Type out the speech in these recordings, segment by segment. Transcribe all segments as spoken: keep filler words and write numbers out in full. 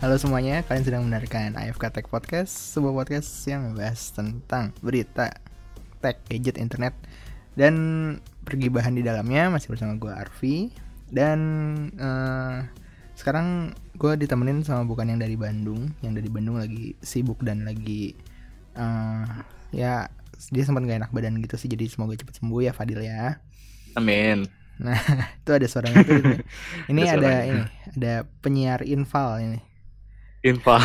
Halo semuanya, kalian sedang mendengarkan A F K Tech Podcast, sebuah podcast yang membahas tentang berita, tech, gadget, internet, dan pergibahan di dalamnya. Masih bersama gue Arfi. Dan uh, sekarang gue ditemenin sama bukan yang dari Bandung. Yang dari Bandung lagi sibuk dan lagi uh, ya dia sempat gak enak badan gitu sih. Jadi semoga cepat sembuh ya Fadil ya. Amin. Nah itu ada suaranya tuh gitu. Ini Ada ada suaranya. ini ada penyiar infal ini. Info.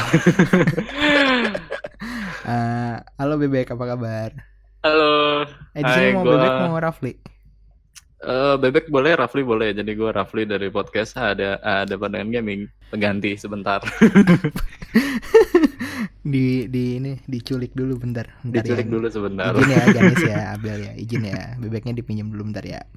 Uh, halo Bebek, apa kabar? Halo. Eh di sini Hai, mau gua Bebek mau Rafli. eh, Bebek boleh, Rafli boleh. Jadi gue Rafli dari podcast ada ada pandangan gaming. Pengganti sebentar. di di ini diculik dulu bentar. Bentar Diculik ya. dulu sebentar. Izin ya Ganis ya, Abel ya. Izin ya. Bebeknya dipinjam dulu bentar ya.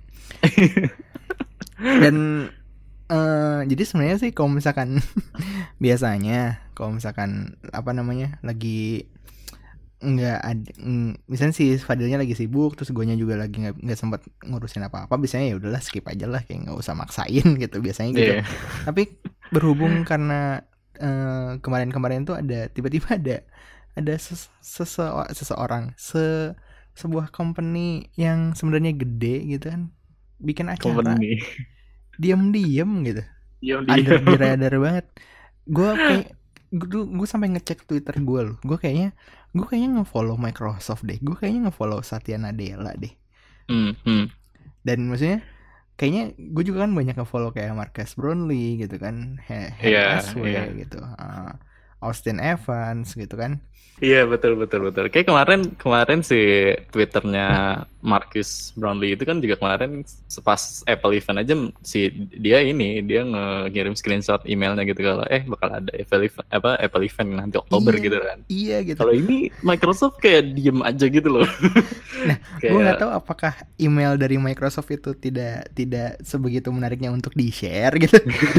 Dan uh, jadi sebenarnya sih kalau misalkan biasanya kalau misalkan apa namanya lagi nggak ada, mm, misalnya si Fadilnya lagi sibuk, terus guanya juga lagi nggak nggak sempat ngurusin apa-apa, biasanya ya udahlah skip aja lah, kayak nggak usah maksain gitu biasanya gitu. Yeah. Tapi berhubung karena uh, kemarin-kemarin tuh ada tiba-tiba ada ada ses- sese- seseorang se sebuah company yang sebenarnya gede gitu kan bikin acara Company. diam-diam gitu, Diam under di diam. radar banget. Gue kayak gue gue sampai ngecek Twitter gue loh. Gue kayaknya gue kayaknya ngefollow Microsoft deh. Gue kayaknya ngefollow Satya Nadella deh. Hmm, hmm. Dan maksudnya kayaknya gue juga kan banyak ngefollow kayak Marcus Brownlee gitu kan, He- Hen Iya, Aswe iya. gitu, uh, Austin Evans gitu kan. Iya, betul betul betul. Kayak kemarin kemarin si Twitternya Marcus Brownlee itu kan juga kemarin pas Apple event aja si dia ini dia ngirim screenshot emailnya gitu kalau eh bakal ada Apple event apa Apple event nanti Oktober Iya, gitu kan. iya gitu. Kalau ini Microsoft kayak diem aja gitu loh. Nah, gue Kayak nggak tahu apakah email dari Microsoft itu tidak tidak sebegitu menariknya untuk di share gitu.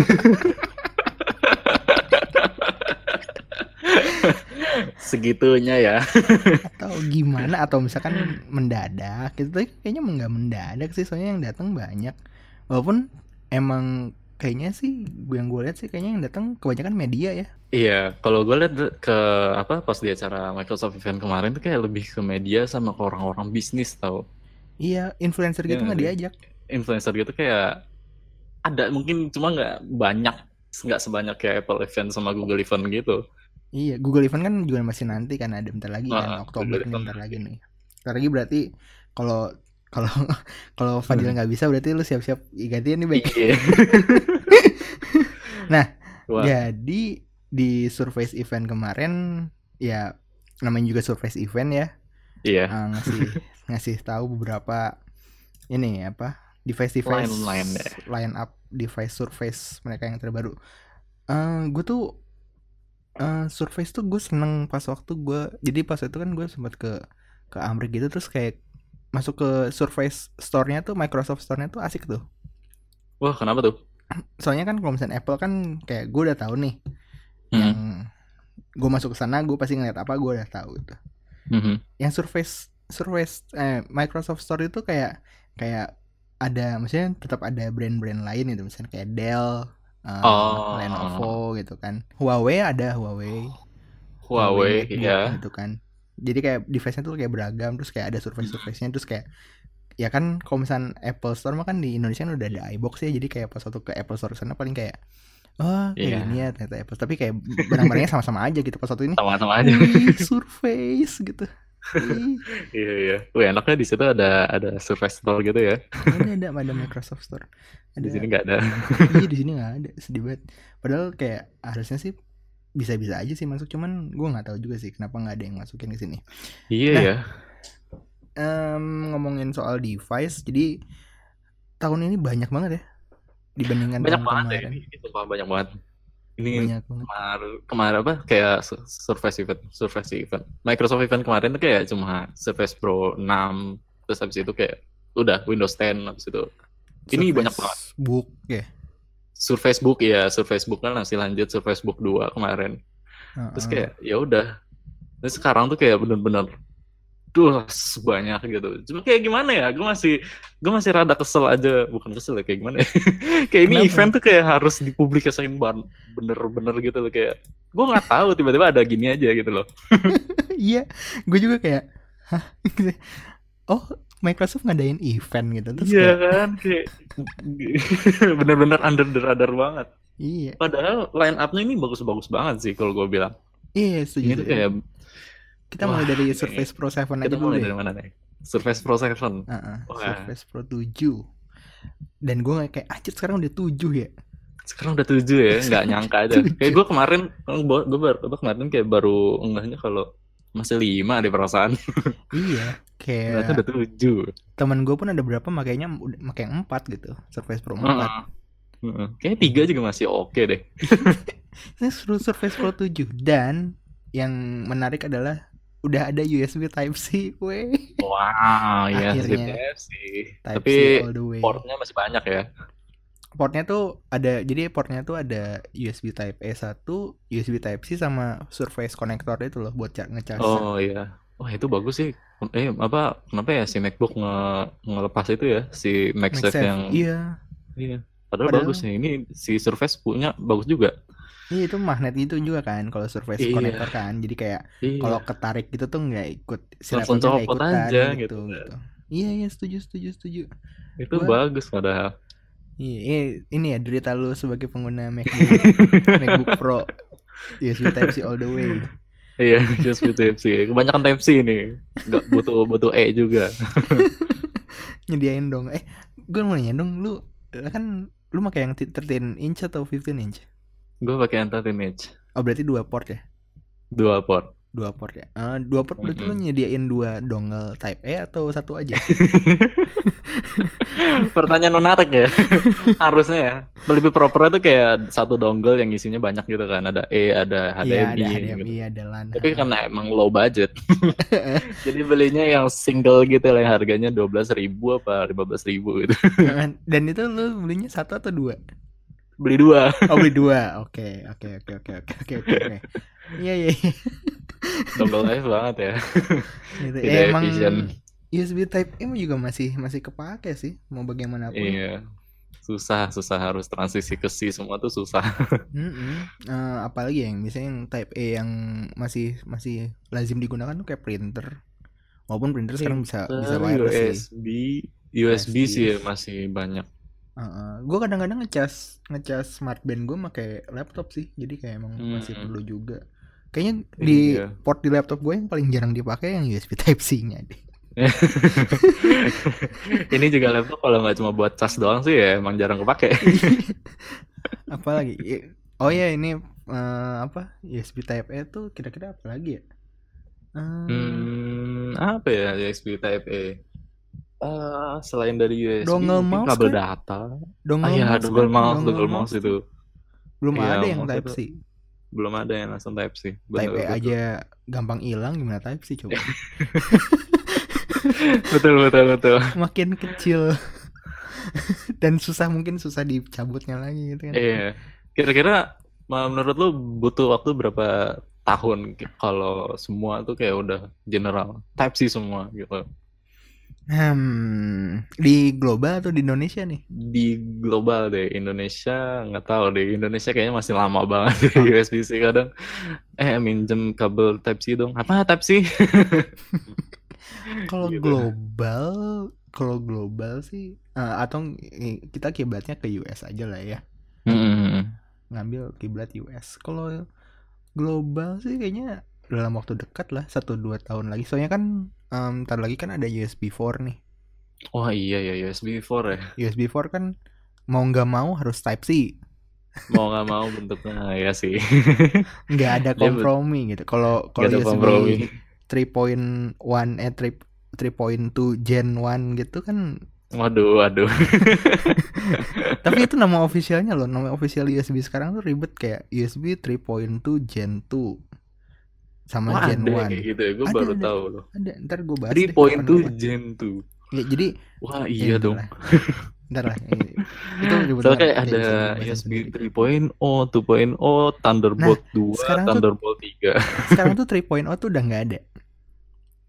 segitunya ya. Atau gimana, atau misalkan mendadak gitu. Tapi kayaknya nggak mendadak sih, soalnya yang datang banyak. Walaupun emang kayaknya sih yang gue lihat sih kayaknya yang datang kebanyakan media ya. Iya, kalau gue lihat ke apa pas di acara Microsoft event kemarin tuh kayak lebih ke media sama ke orang-orang bisnis tau. Iya, influencer gitu Iya nggak nggak sih? diajak. Influencer gitu kayak ada mungkin cuma nggak banyak, nggak sebanyak kayak Apple event sama Google event gitu. Iya, Google Event kan juga masih nanti kan, ada bentar lagi kan, Nah, Oktober Google nih event bentar lagi nanti. nih. Bentar lagi berarti kalau kalau kalau Fadil nggak bisa berarti lu siap-siap gantiin nih baik. Iya. Nah, Wah, jadi di Surface Event kemarin ya, namanya juga Surface Event ya, iya. uh, ngasih ngasih tahu beberapa ini apa device-device Line-line ya. line up device Surface mereka yang terbaru. Uh, gue tuh uh, Surface tuh gue seneng pas waktu gue, jadi pas itu kan gue sempat ke ke Amrik gitu, terus kayak masuk ke Surface store-nya tuh, Microsoft store-nya tuh asik tuh. Wah, kenapa tuh? Soalnya kan kalau misalnya Apple kan kayak gue udah tahu nih, Hmm. yang gue masuk ke sana gue pasti ngeliat apa, gue udah tahu gitu. Mhm. Yang Surface Surface eh, Microsoft Store itu kayak kayak ada, maksudnya tetap ada brand-brand lain gitu, misalnya kayak Dell, uh, Oh, Lenovo gitu kan. Huawei ada Huawei, Huawei Huawei, MateBook ya. gitu kan. Jadi kayak device-nya tuh kayak beragam, terus kayak ada Surface-Surface-nya, terus kayak ya kan kalau misalnya Apple Store mah kan di Indonesia kan udah ada iBox ya, jadi kayak pas waktu ke Apple Store sana paling kayak oh kayak Iya. gini ya ternyata Apple, tapi kayak barang-barangnya sama-sama aja gitu pas waktu ini. Sama-sama aja. Wih, Surface gitu. Ih, Iya, iya. Wih, enaknya di situ ada ada Surface Store gitu ya. ini ada ada Microsoft Store. Di Ada. sini nggak ada. Iya, di sini nggak ada, sedih banget. Padahal kayak harusnya sih bisa-bisa aja sih masuk, cuman gue nggak tahu juga sih kenapa nggak ada yang masukin ke sini. Iya Nah, ya. um, ngomongin soal device, jadi tahun ini banyak banget ya dibandingkan Banyak tahun banget ya kemarin. ini. Ini sumpah banyak banget. Ini Banyak banget. kemarin kemarin apa kayak Su- Surface event, Surface event. Microsoft event kemarin tuh kayak cuma Surface Pro enam, terus habis itu kayak udah Windows sepuluh habis itu. Ini banyak banget. Surface Book ya. Surface Book ya, Surface Book kan masih lanjut Surface Book dua kemarin. Terus Uh-uh. kayak ya udah. Terus sekarang tuh kayak bener-bener dus banyak gitu. Cuma kayak gimana ya? Gue masih gue masih rada kesel aja, bukan kesel ya kayak gimana ya? Kayak ini Kenapa? event tuh kayak harus dipublikasiin ban- bener-bener gitu loh, kayak gue nggak tahu tiba-tiba ada gini aja gitu loh. Iya, gue juga kayak, hah? Oh, Microsoft ngadain event gitu, terus Iya kayak, kan, kayak bener-bener under the radar banget. iya, Padahal line up-nya ini bagus-bagus banget sih kalau gue bilang. iya setuju Ini tuh setuju. kayak Kita wah, mulai dari ini Surface Pro tujuh aja kita dulu mulai deh. dari mana nih? Surface Pro tujuh. Heeh, Wah, Surface Pro tujuh. Dan gue kayak, anjir sekarang udah tujuh ya. sekarang udah tujuh ya, nggak nyangka aja. Kayak Tujuh. gue kemarin, gue baru gue kemarin kayak baru enggaknya kalau masih lima deh perasaan. Iya, Ternyata kayak udah tujuh. temen gue pun ada berapa makanya udah pakai yang empat gitu, Surface Pro empat. Heeh. Heeh. Kayaknya tiga juga masih oke deh. Ini seru Surface Pro tujuh. Dan yang menarik adalah udah ada U S B Type-C, weh. Wow, ya sih Akhirnya sih. Type-C Tapi all the way. portnya masih banyak ya. Portnya tuh ada, jadi portnya tuh ada U S B Type E satu, U S B Type-C sama Surface Connector itu loh buat ca- ngecas. Oh iya. Wah itu bagus sih. Eh apa kenapa ya si MacBook nge ngelepas itu ya si MagSafe MagSafe, yang iya. iya. Padahal, Padahal- bagus nih. Ini si Surface punya bagus juga. Iya, itu magnet itu juga kan kalau Surface Iya. Connector kan. Jadi kayak Iya. kalau ketarik gitu tuh nggak ikut, si Langsung laptopnya nggak copot ikutan aja gitu, gitu. gitu. Iya, iya, setuju, setuju, setuju. Itu Gua- bagus padahal. Iya, eh, ini ya derita lu sebagai pengguna MacBook, MacBook Pro U S B Type-C all the way. Iya, U S B Type-C. Kebanyakan Type-C ini. Nggak butuh butuh E juga. Nyediain dong. Eh, gue mau nanya dong, lu kan lu pakai yang tiga belas inch atau lima belas inch? Gue pakai Entertain Edge. Oh, berarti dua port ya? Dua port. Dua port ya. Eh, dua port berarti lu Mm-mm. nyediain dua dongle Type E atau satu aja? Pertanyaan menarik ya. Harusnya ya. Lebih proper itu kayak satu dongle yang isinya banyak gitu kan. Ada E, ada Iya, ada H D M I. H D M I, gitu. ada LAN. Tapi karena emang low budget. Jadi belinya yang single gitu lah, yang harganya dua belas ribu apa lima belas ribu gitu. Dan itu lu belinya satu atau dua? Beli dua. Oh, beli dua. Oke, oke, oke, oke, oke, oke, oke. Iya, iya. Double life banget ya. Gitu. Tidak Eh, emang efisien. U S B Type E juga masih masih kepake sih, mau bagaimanapun. Iya. Susah, susah harus transisi ke C semua tuh susah. Mm-mm. Eh, apalagi yang misalnya yang Type E yang masih masih lazim digunakan tuh kayak printer. Walaupun printer sekarang bisa bisa wireless sih. U S B, U S B sih ya masih banyak. Uh, gue kadang-kadang ngecas ngecas smartband gue pakai laptop sih, jadi kayak emang Hmm. masih perlu juga. Kayaknya di Iya. port di laptop gue yang paling jarang dipakai yang U S B Type-C-nya deh. Ini juga laptop kalau nggak cuma buat cas doang sih ya emang jarang kepake. Apalagi? Oh ya ini uh, apa U S B Type E tuh kira-kira apa lagi ya? Uh, Hmm, apa ya U S B Type E? Uh, selain dari U S B Dongle mungkin mouse kabel kan? data. dongle Ah iya, mouse dongle kan? mouse, Dongle dongle mouse mouse tuh itu. belum Iya, ada yang mouse Type-C. Belum ada yang langsung Type C. Type Betul, E betul. aja gampang hilang, gimana Type-C coba? Betul, betul, betul. Makin kecil dan susah, mungkin susah dicabutnya lagi gitu kan. Iya. Kira-kira ma- menurut lu butuh waktu berapa tahun ki- kalau semua tuh kayak udah general Type C semua gitu. Hmm, di global atau di Indonesia nih? Di global deh, Indonesia nggak tahu deh. Indonesia kayaknya masih lama banget deh U S B C kadang. Eh minjem kabel Type C dong. Apa Type C? Kalau Gitu. global, kalau global sih eh, atau eh, kita kiblatnya ke U S aja lah ya. Mm-mm. Ngambil kiblat U S. Kalau global sih kayaknya dalam waktu dekat lah, satu dua tahun lagi. Soalnya kan em, ntar lagi kan ada U S B four nih. Wah iya ya U S B four ya. U S B four kan mau nggak mau harus Type C. Mau nggak mau bentuknya ya sih. Nggak ada Dia bet- kompromi gitu. Kalau Nggak kalau ada U S B kompromi. three point one eh three point two Gen one gitu kan. Waduh, waduh. Tapi itu nama officialnya loh. Nama official U S B sekarang tuh ribet, kayak U S B three point two Gen two sama Wah, Gen ada one. kayak gitu ya. Gue Ada, baru ada. tahu loh. Ada, ntar gue bahas three deh point two kapan-kapan. Gen two. Ya, jadi Wah, ya, iya ntar dong. lah. Ntar lah. Ini- Itu ribet Soalnya banget. kayak Kayak ada bisa U dibahasin S B sendiri. three point oh, two point oh, Thunderbolt two, sekarang tuh- Thunderbolt three. Sekarang tuh three point oh tuh udah nggak ada.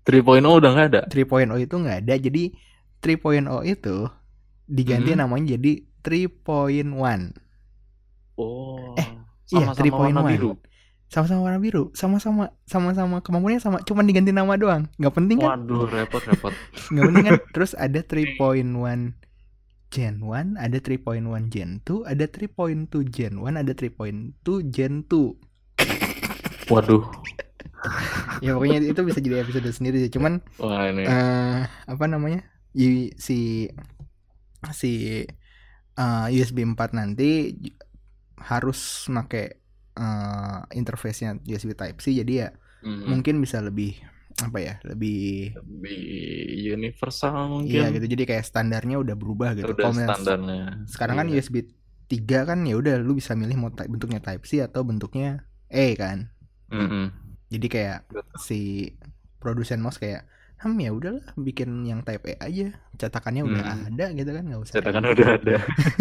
tiga titik nol udah nggak ada. tiga titik nol itu nggak ada, jadi tiga titik nol itu diganti Hmm. namanya jadi tiga titik satu. Oh, Eh, iya sama-sama warna tiga titik biru. satu. Sama-sama warna biru, sama-sama sama-sama kemampuannya sama, cuman diganti nama doang. Nggak penting kan? Waduh, repot-repot. Nggak penting kan? Terus ada tiga titik satu Gen satu, ada tiga titik satu Gen dua, ada tiga titik dua Gen satu, ada tiga titik dua Gen dua. Waduh. Ya pokoknya itu bisa jadi episode sendiri sih. Cuman Wah ini. eh apa namanya? Y- si si eh, U S B empat nanti j- harus pakai eh, interface-nya U S B Type C, jadi ya Hmm. mungkin bisa lebih apa ya? Lebih Lebih universal mungkin. iya gitu. Jadi kayak standarnya udah berubah gitu. Udah Kalau misalnya standarnya. sekarang kan Iya. U S B tiga kan ya udah lu bisa milih mau type, bentuknya Type C atau bentuknya E kan. Mm-mm. Jadi kayak Betul. si produsen mouse kayak hmm ya udahlah bikin yang Type E aja, cetakannya udah Hmm. ada gitu kan, nggak usah Cetakan ribet. udah ada.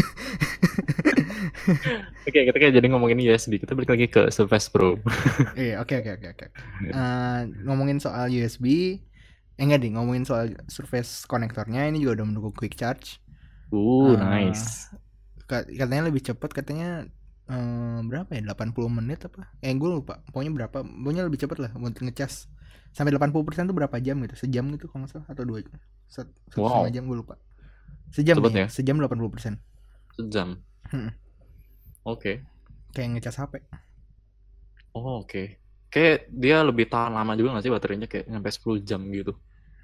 Oke, kita kayak jadi ngomongin U S B. Kita balik lagi ke Surface Pro. Iya, oke oke oke oke. Eh, ngomongin soal U S B, eh enggak deh, ngomongin soal Surface konektornya, ini juga udah mendukung quick charge. Uh, Eh, nice. ka- katanya lebih cepat, katanya eh, berapa ya, delapan puluh menit apa? Eh gue lupa, pokoknya berapa, pokoknya lebih cepat lah buat ngecas. Sampai delapan puluh persen tuh berapa jam gitu, sejam gitu kalau nggak salah, atau dua jam, satu satu Wow. setengah jam gue lupa. Sejam Cepet nih, ya? sejam delapan puluh persen. Sejam. Hmm. Oke. Kayak ngecas H P. Oh, oke. Kayak dia lebih tahan lama juga nggak sih baterainya, kayak sampai sepuluh jam gitu.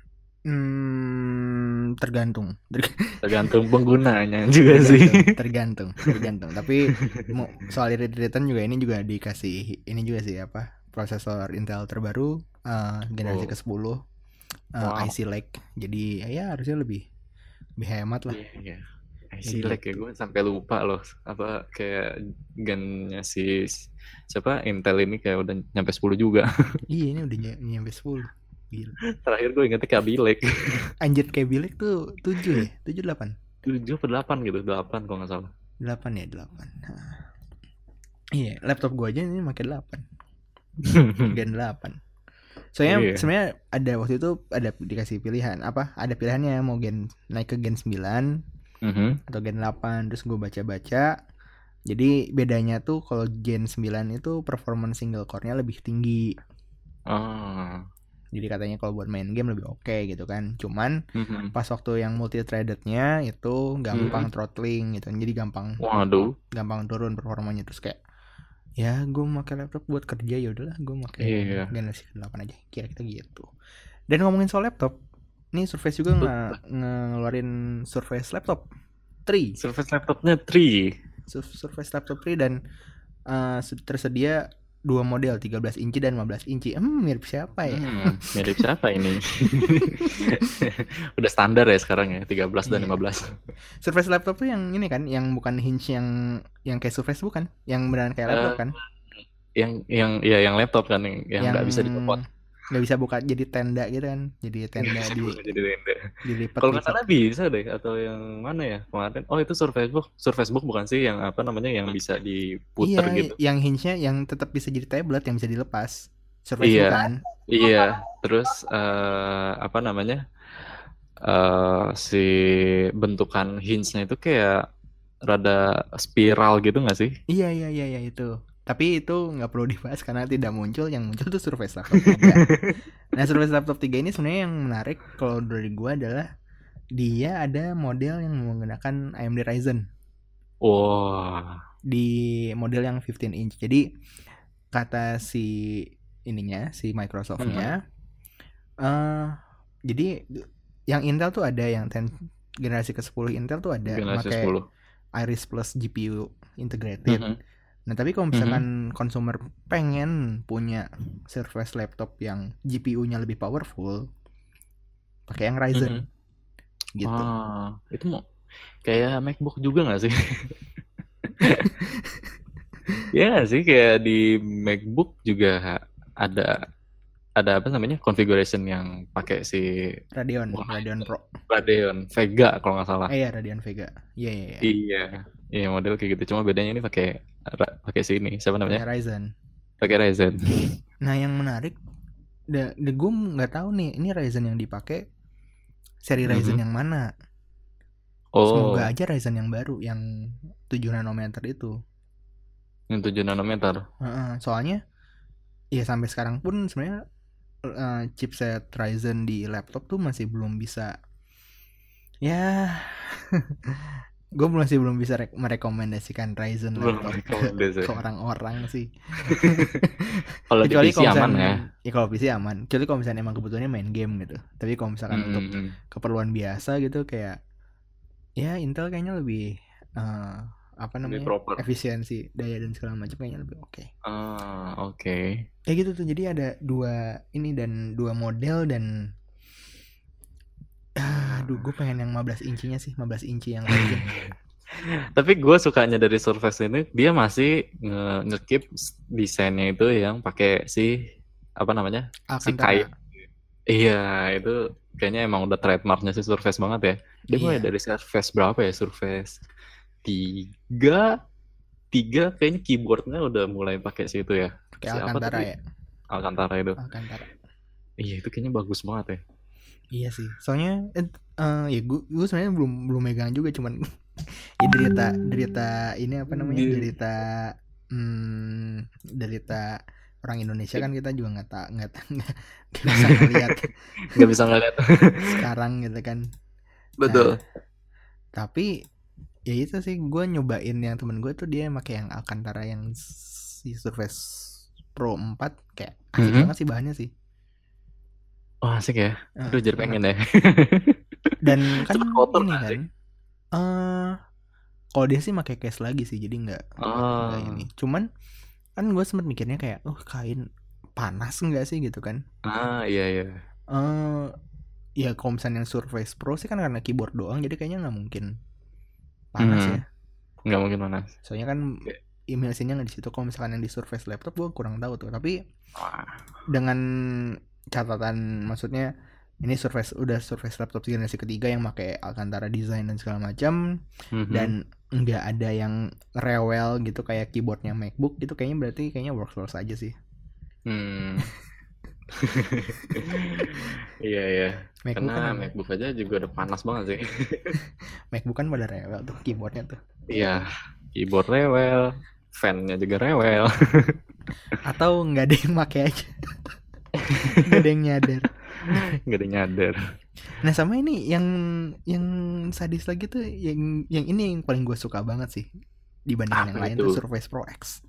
Hmm, tergantung. Ter- Tergantung penggunanya juga sih. tergantung, tergantung, tergantung. Tapi mau soal irit-iritan juga, ini juga dikasih ini juga sih apa, prosesor Intel terbaru eh, generasi Oh. ke sepuluh, eh, Wow. I C Lake. Jadi ya harusnya lebih lebih hemat lah. Iya, iya. I Jadi C Lake ya, gitu. gue sampai lupa loh apa kayak gennya si siapa Intel ini kayak udah nyampe sepuluh juga. Iya, ini udah ny- nyampe sepuluh. Gila. Terakhir gue ingetnya Kaby Lake. Anjir, kayak Bilek tuh tujuh ya? tujuh delapan. tujuh atau delapan gitu, delapan kalau nggak salah. delapan ya, delapan. Iya, laptop gua aja ini pakai delapan. Gen delapan. Soalnya Iya. sebenarnya ada waktu itu ada dikasih pilihan apa? Ada pilihannya mau gen naik ke gen sembilan Mhm. atau gen delapan. Terus gue baca-baca. Jadi bedanya tuh kalau gen sembilan itu performance single core-nya lebih tinggi. Ah. Jadi katanya kalau buat main game lebih oke gitu kan. Cuman Mhm. pas waktu yang multi threaded-nya itu gampang Mhm. throttling gitu. Jadi gampang Waduh. gampang turun performanya. Terus kayak ya gue pakai laptop buat kerja, ya udahlah gue pakai Iya. generasi delapan aja, kira-kira gitu. Dan ngomongin soal laptop, nih Surface juga nge- ngeluarin Surface Laptop tiga, Surface laptopnya tiga. Sur- Surface Laptop tiga, dan eh, su- tersedia dua model, tiga belas inci dan lima belas inci. Hmm, mirip siapa ya? Hmm, mirip siapa ini? Udah standar ya sekarang ya, tiga belas dan Iya. lima belas. Surface Laptop tuh yang ini kan, yang bukan hinge yang yang kayak Surface, bukan? Yang beneran kayak laptop Eh, kan? Yang yang ya yang laptop kan yang yang nggak bisa dicopot. nggak bisa buka jadi tenda gitu kan, jadi tenda di Jadi tenda. dilipat Kalau nggak salah bisa deh, atau yang mana ya kemarin? Oh itu Surface Book, Surface Book bukan sih yang apa namanya yang bisa diputer iya, gitu? yang hinge-nya yang tetap bisa jadi tablet yang bisa dilepas. Surface Iya. bukan? Iya, terus eh, apa namanya? eh si bentukan hinge-nya itu kayak rada spiral gitu nggak sih? Iya iya iya iya itu. Tapi itu nggak perlu dibahas karena tidak muncul. Yang muncul tuh Surface Laptop tiga. Nah, Surface Laptop tiga ini sebenarnya yang menarik kalau dari gua adalah dia ada model yang menggunakan A M D Ryzen Wah, di model yang lima belas inch. Jadi kata si ininya, si Microsoft-nya, eh jadi yang Intel tuh ada yang ten, generasi ke sepuluh Intel tuh ada generasi pakai sepuluh. Iris Plus G P U integrated. Mhm. Nah, tapi kalau misalkan consumer pengen punya Surface laptop yang G P U-nya lebih powerful, pakai yang Ryzen. Gitu. Ah, itu mau kayak MacBook juga nggak sih? Ya nggak sih, kayak di MacBook juga ada ada apa namanya configuration yang pakai si Radeon, Wah, Radeon Pro. Radeon Vega kalau nggak salah. Eh ya, Radeon Vega. Iya iya iya. Iya, iya model kayak gitu. Cuma bedanya ini pakai ra- pakai si ini siapa Pakai namanya? Ryzen. Pakai Ryzen. Nah, yang menarik da, da gue nggak tahu nih ini Ryzen yang dipakai seri Ryzen Mhm. yang mana. Oh, Semoga aja Ryzen yang baru yang tujuh nanometer itu. yang tujuh nanometer. Heeh, soalnya ya sampai sekarang pun sebenarnya uh, chipset Ryzen di laptop tuh masih belum bisa. Ya, gue masih belum bisa re- merekomendasikan Ryzen Belum laptop ke, rekomendasi. ke orang-orang sih. Kalau di Kecuali P C kalau aman misalnya, ya. ya kalau P C aman. Kecuali kalau misalnya emang kebutuhannya main game gitu. Tapi kalau misalkan untuk Hmm. keperluan biasa gitu kayak ya Intel kayaknya lebih uh, apa Lebih namanya proper. efisiensi daya dan segala macam kayaknya lebih oke. Ah, oke. Kayak gitu tuh. Jadi ada dua ini dan dua model dan aduh gue pengen yang lima belas inchinya sih, lima belas inci yang Ryzen. Tapi gue sukanya dari Surface ini dia masih nge ngekip desainnya itu yang pakai si apa namanya si Alcantara. kain. Iya itu kayaknya emang udah trademarknya si Surface banget ya. Dia mulai Iya. dari Surface berapa ya? Surface tiga tiga kayaknya keyboardnya udah mulai pakai si itu ya. Pakai Si apa Alcantara tadi? ya. Alcantara itu. Alcantara. Iya itu kayaknya bagus banget ya. Iya sih. Soalnya eh, uh, ya gue gue sebenarnya belum belum megang juga cuman ya derita derita ini apa namanya Di- derita hmm, derita orang Indonesia kan kita juga nggak tak nggak nggak bisa ngelihat nggak bisa ngeliat. sekarang gitu kan. Betul. Nah, tapi ya itu sih gue nyobain yang temen gue tuh dia pakai yang Alcantara yang si Surface Pro empat kayak asik Mhm. banget sih bahannya sih. Oh asik ya. Eh, Aduh jadi asik banget. pengen ya. Dan kan Cepet kotor ini nggak kan sih? eh kalau dia sih pakai case lagi sih jadi nggak nggak nggak Ah, ini. Cuman kan gue sempet mikirnya kayak oh kain panas nggak sih gitu kan. ah iya iya. eh Ya kalau misalnya yang Surface Pro sih kan karena keyboard doang jadi kayaknya nggak mungkin panas Hmm, ya. nggak mungkin panas. Soalnya kan email sini nggak di situ. Kalau misalkan yang di Surface laptop gue kurang tahu tuh. Tapi Wah. dengan catatan maksudnya ini Surface udah Surface laptop generasi ketiga yang pakai Alcantara design dan segala macam Mhm. dan nggak ada yang rewel gitu kayak keyboardnya MacBook gitu kayaknya berarti kayaknya works works aja sih. Hmm. Iya ya. MacBook kan Karena emang MacBook aja juga udah panas banget sih. MacBook kan pada rewel tuh keyboardnya tuh. Iya, keyboard rewel, fan-nya juga rewel. Atau nggak ada yang pakai aja. Nggak ada yang nyadar. Nggak ada yang nyadar. Nah sama ini yang yang sadis lagi tuh yang yang ini yang paling gue suka banget sih dibandingin yang Apa lain itu? tuh Surface Pro X.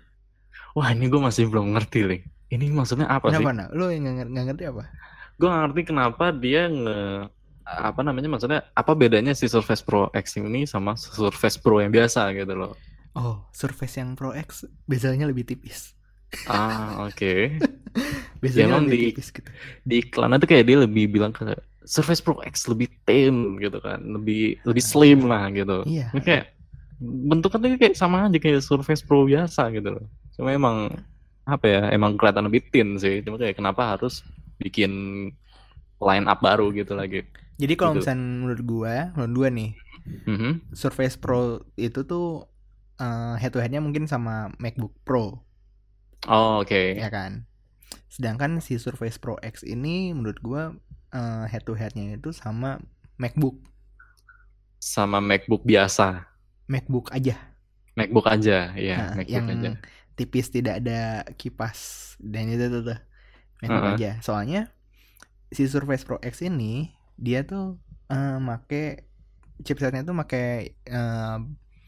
Wah ini gue masih belum ngerti, Ling. Ini maksudnya apa sih? Kenapa nah? Lo yang nggak nggak ngerti apa? Gue nggak ngerti kenapa dia nge apa namanya maksudnya apa bedanya si Surface Pro X ini sama Surface Pro yang biasa gitu loh. Oh, Surface yang Pro X bezelnya lebih tipis. Ah, oke. Ya Bezelnya emang lebih di tipis gitu. di iklannya tuh kayak dia lebih bilang ke Surface Pro X lebih thin gitu kan, lebih lebih slim lah gitu. Iya. Ini kayak bentuknya tuh kayak sama aja kayak Surface Pro biasa gitu loh. Cuma emang apa ya, emang kelihatan lebih thin sih. Cuma kayak kenapa harus bikin line up baru gitu lagi. Jadi kalau Gitu. misalnya menurut gue, menurut gue nih, Mhm. Surface Pro itu tuh uh, head to headnya mungkin sama MacBook Pro, Oh, oke. ya kan. Sedangkan si Surface Pro X ini menurut gue uh, head to headnya itu sama MacBook, Sama MacBook biasa. MacBook aja. MacBook aja, iya, Nah, MacBook yang aja. tipis tidak ada kipas dan itu tuh, tuh MacBook Heeh. aja. Soalnya si Surface Pro X ini dia tuh uh, make chipsetnya tuh make uh,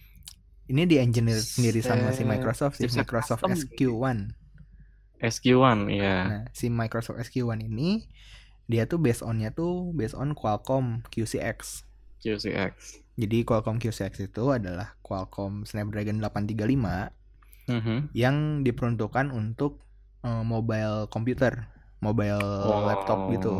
ini di engineer sendiri sama si Microsoft sih, Chipset Microsoft custom. S Q satu. S Q satu, iya. Nah, si Microsoft S Q satu ini dia tuh based on-nya tuh based on Qualcomm Q C X. Q C X. Jadi Qualcomm Q C X itu adalah Qualcomm Snapdragon delapan tiga lima Mhm. yang diperuntukkan untuk uh, mobile computer, mobile Oh. laptop gitu.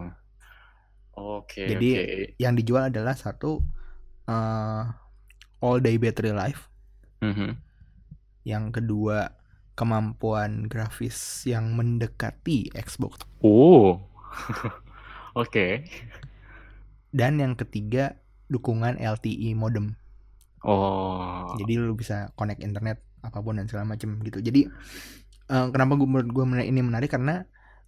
Oke, Jadi oke. yang dijual adalah satu uh, all day battery life. Mhm. Yang kedua kemampuan grafis yang mendekati Xbox. Oh. Oke. Dan yang ketiga dukungan L T E modem. Oh. Jadi lu bisa connect internet apapun dan segala macam gitu. Jadi uh, kenapa gue menurut gue ini menarik karena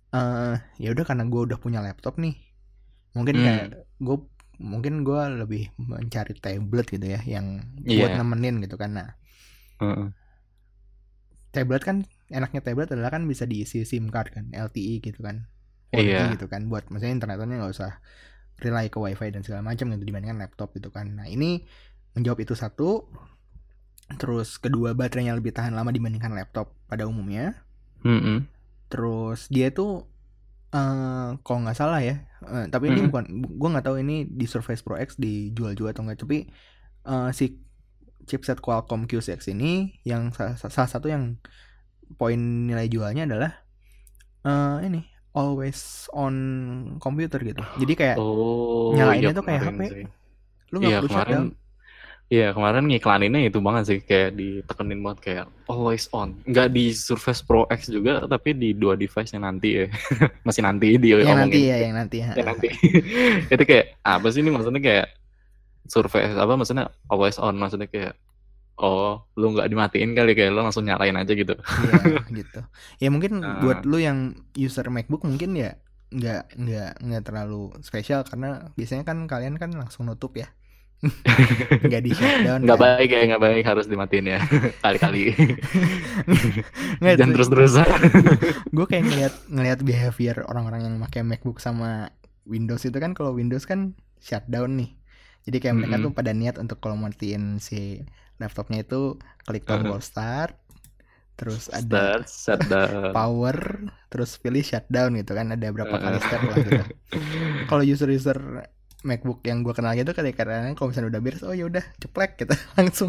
eh ya udah karena gue udah punya laptop nih, mungkin Hmm, kayak gue mungkin gue lebih mencari tablet gitu ya yang buat iya. nemenin gitu kan. Nah, Heeh. tablet kan enaknya tablet adalah kan bisa diisi SIM card kan, L T E gitu kan, empat G Iya. gitu kan, buat maksudnya internetnya nggak usah rely ke wifi dan segala macam gitu dibandingkan laptop gitu kan. Nah ini menjawab itu satu. Terus kedua, baterainya lebih tahan lama dibandingkan laptop pada umumnya. Mm-mm. Terus dia tuh eh kalau nggak salah ya, eh, tapi ini Mm-mm. bukan, gue nggak tahu ini di Surface Pro X dijual-jual atau enggak, tapi eh, si chipset Qualcomm Q six ini yang salah, salah satu yang poin nilai jualnya adalah eh ini always on computer gitu. Jadi kayak Oh, iya nyalainnya tuh kayak kemarin H P, sih. lu nggak Iya perlu kemarin, shutdown. iya kemarin ngiklaninnya itu banget sih, kayak ditekenin banget kayak always on. Nggak di Surface Pro X juga, tapi di dua device yang nanti ya. Masih nanti Yang nanti diomongin. ya, yang nanti ya. Ya nanti. Itu kayak apa sih ini maksudnya kayak Surface apa maksudnya always on maksudnya kayak oh lu nggak dimatiin kali kayak lu langsung nyalain aja gitu. Iya gitu. Ya mungkin buat Nah, lu yang user MacBook mungkin ya nggak nggak nggak terlalu spesial karena biasanya kan kalian kan langsung nutup ya, nggak di shutdown nggak kan. baik ya nggak baik harus dimatiin ya kali-kali. Nggak Jangan tuh. terus-terusan. Gue kayak ngeliat ngeliat behavior orang-orang yang pakai MacBook sama Windows itu kan, kalau Windows kan shutdown nih. Jadi kayak mereka tuh Mm-mm. pada niat untuk kalau matiin si laptopnya itu klik tombol start, terus ada Start, shutdown. power, terus pilih shutdown gitu kan, ada berapa kali Heeh. step lah gitu. Kalau user-user MacBook yang gue kenal gitu kadang-kadang kalau misalnya udah beres, oh ya udah ceplek gitu langsung.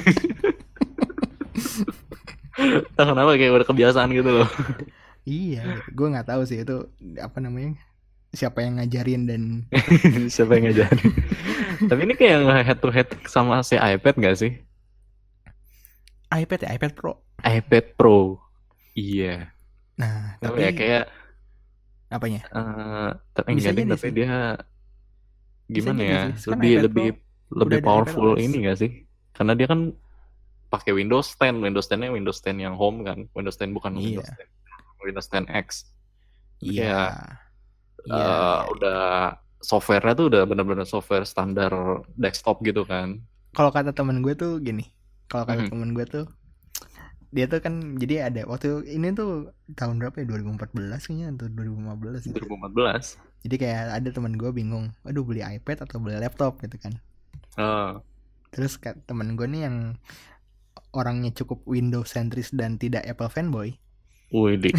Entah kenapa kayak udah kebiasaan gitu loh. Iya gitu. Gue nggak tahu sih itu apa namanya, siapa yang ngajarin dan Siapa yang ngajarin? Tapi ini kayak head to head sama si iPad nggak sih? iPad ya, iPad Pro. iPad Pro. Iya. Nah Tapi ya tapi kayak apanya, eh tapi bisa enggak deh, jadi tapi sih, dia bisa gimana jadi ya? sih kan Lebih iPad lebih Pro udah lebih ada iPad powerful O S. ini nggak sih? Karena dia kan pakai Windows ten, Windows ten-nya Windows ten yang home kan. Windows ten bukan Windows Iya ten. Windows ten X. Jadi iya kayak iya eh, iya. udah software-nya tuh udah benar-benar software standar desktop gitu kan. Kalau kata temen gue tuh gini, kalau kata Mhm. temen gue tuh, dia tuh kan jadi ada waktu ini tuh tahun berapa ya, dua ribu empat belas kayaknya atau dua ribu lima belas gitu. dua ribu empat belas. Jadi kayak ada teman gue bingung, aduh beli iPad atau beli laptop gitu kan. Oh, Terus kata temen gue nih yang orangnya cukup Windows sentris dan tidak Apple fanboy, wih.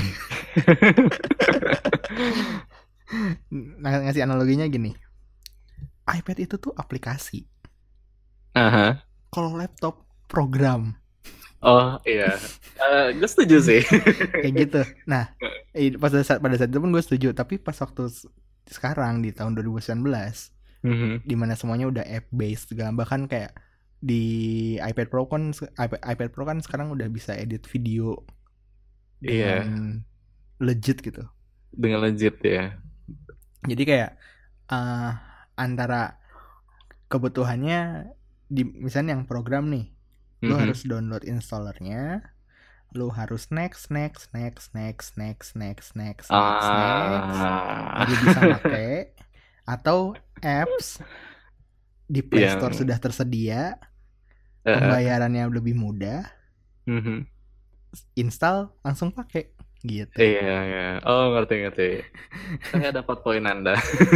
ng- ngasih analoginya gini, iPad itu tuh aplikasi, Aha. kalau laptop program, Oh iya, Eh gue setuju sih. kayak gitu. Nah, eh, pada saat pada saat itu pun gue setuju, tapi pas waktu s- sekarang di tahun dua ribu sembilan belas, Mhm. dimana semuanya udah app based segala, bahkan kayak di iPad Pro kan iPad, iPad Pro kan sekarang udah bisa edit video Iya, dengan legit gitu. dengan legit ya. Jadi kayak eh antara kebutuhannya di misalnya yang program nih, lu Mhm. harus download installernya, lu harus next next next next next next next next next Ah, baru bisa pakai, atau apps di Play Store yang sudah tersedia, eh, eh, pembayarannya lebih mudah, mhm. install langsung pakai gitu. Iya, iya. Oh, ngerti ngerti. Saya dapat poin Anda.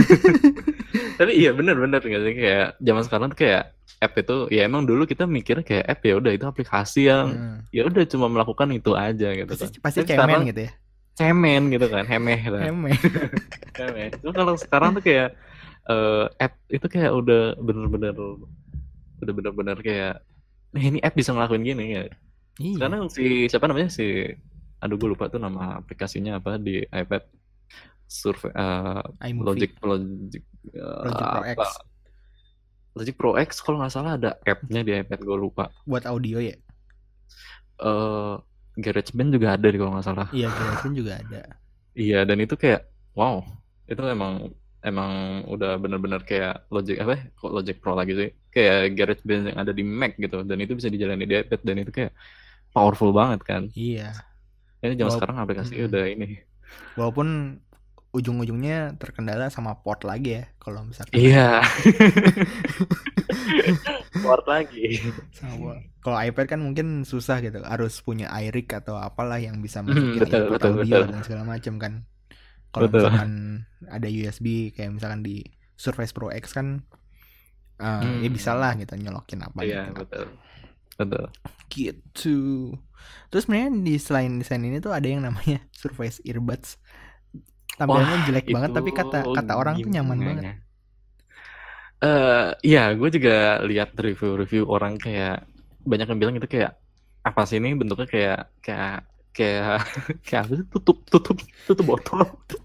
Tapi iya bener-bener nggak sih kayak zaman sekarang tuh kayak app itu ya emang dulu kita mikirnya kayak app ya udah itu aplikasi yang Hmm. ya udah cuma melakukan itu aja gitu Pasti kan. pasti Tapi cemen sekarang gitu ya. cemen gitu kan, hemeh lah. Cemen. Cewek. Cuma kalau sekarang tuh kayak eh, app itu kayak udah bener-bener udah bener-bener kayak nih ini app bisa ngelakuin gini ya. Iya. Sekarang si siapa namanya si aduh gue lupa tuh nama aplikasinya apa di iPad survei eh, iMovie, Logic Logic eh, Logic Pro X apa Logic Pro X kalau nggak salah ada app-nya di iPad gue lupa. buat audio ya. Eh GarageBand juga ada deh kalau nggak salah. Iya, GarageBand juga ada. Iya dan itu kayak wow itu emang emang udah bener-bener kayak Logic apa ya? Kok Logic Pro lagi sih kayak GarageBand yang ada di Mac gitu dan itu bisa dijalani di iPad dan itu kayak powerful banget kan. Iya. Ini zaman Wow. sekarang aplikasi Mm-mm. udah ini Walaupun ujung-ujungnya terkendala sama port lagi ya kalau misalkan Iya. Port lagi. sama kalau iPad kan mungkin susah gitu, harus punya iRig atau apalah yang bisa Hmm, masukin betul input betul audio betul dan segala macam kan. Kalau betul. misalkan ada U S B kayak misalkan di Surface Pro X kan uh, ya bisa lah Hmm, gitu nyolokin apa iya nyolokin apa betul betul. gitu. Terus sebenarnya di selain desain ini tuh ada yang namanya Surface Earbuds. Tampilannya Wah, jelek banget itu tapi kata kata orang tuh nyaman gimana banget. ya? Eh, iya, gue juga lihat review-review orang kayak banyak yang bilang itu kayak apa sih ini bentuknya kayak kayak kayak kayak apa sih? Tutup tutup tutup botol.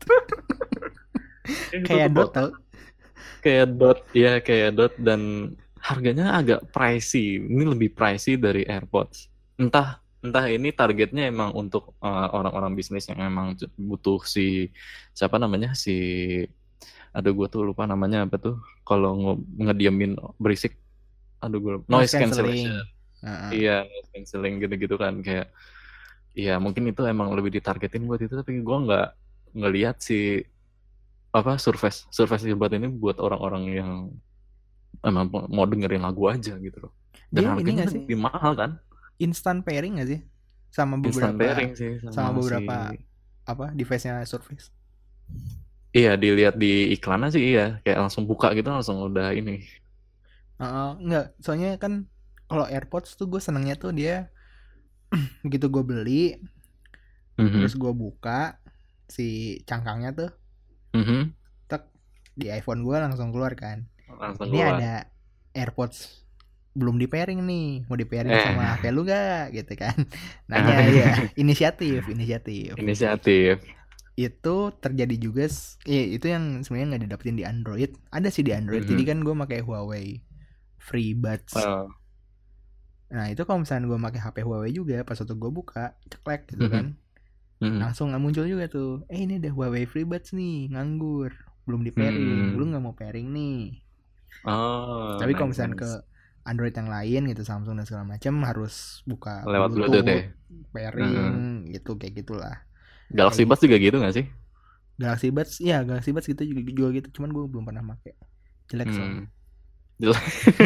Kayak Kayak tutup botol. dot Kayak dot ya kayak dot dan harganya agak pricey. Ini lebih pricey dari AirPods. Entah entah ini targetnya emang untuk uh, orang-orang bisnis yang emang butuh si siapa namanya si aduh gue tuh lupa namanya apa tuh kalau nge- ngediamin berisik aduh gue lupa. noise Noise cancellation. cancelling. Uh-uh. Iya, noise cancelling gitu-gitu kan kayak iya mungkin itu emang lebih ditargetin buat itu tapi gue nggak ngelihat si apa Surface Surface Earbud ini buat orang-orang yang emang mau dengerin lagu aja gitu loh. Dan Dia ini harganya gak sih lebih mahal kan? instant pairing gak sih sama Instant beberapa pairing sih sama sama si beberapa apa device-nya Surface? iya dilihat di iklannya sih iya kayak langsung buka gitu langsung udah ini. Uh, enggak, soalnya kan kalau AirPods tuh gue senengnya tuh dia begitu gue beli terus Mhm. gue buka si cangkangnya tuh Mhm. tek di iPhone gue langsung keluar kan. Langsung Ini keluar. ada AirPods belum di pairing nih, mau di pairing sama Eh, H P lu gak gitu kan. Nanya ya, inisiatif, inisiatif. inisiatif. Itu terjadi juga, eh, itu yang sebenarnya nggak didapetin di Android. Ada sih di Android, jadi Mhm. kan gue pakai Huawei FreeBuds. Oh. Nah itu kalau misalnya gue pakai H P Huawei juga, pas waktu gue buka, ceklek gitu Mhm. kan, Mhm. langsung nggak muncul juga tuh. Eh ini ada Huawei FreeBuds nih, nganggur, belum di pairing, lu Hmm. nggak mau pairing nih. Oh, Tapi kalau nice misalnya ke nice. Android yang lain gitu, Samsung dan segala macam harus buka Lewat Bluetooth ya. Bluetooth, Heeh. pairing gitu kayak gitulah. Galaxy Kayak Buds juga gitu gak sih? Galaxy Buds, ya Galaxy Buds gitu juga, juga gitu, cuman gue belum pernah pakai. Jelek soalnya. Hmm. Jelas.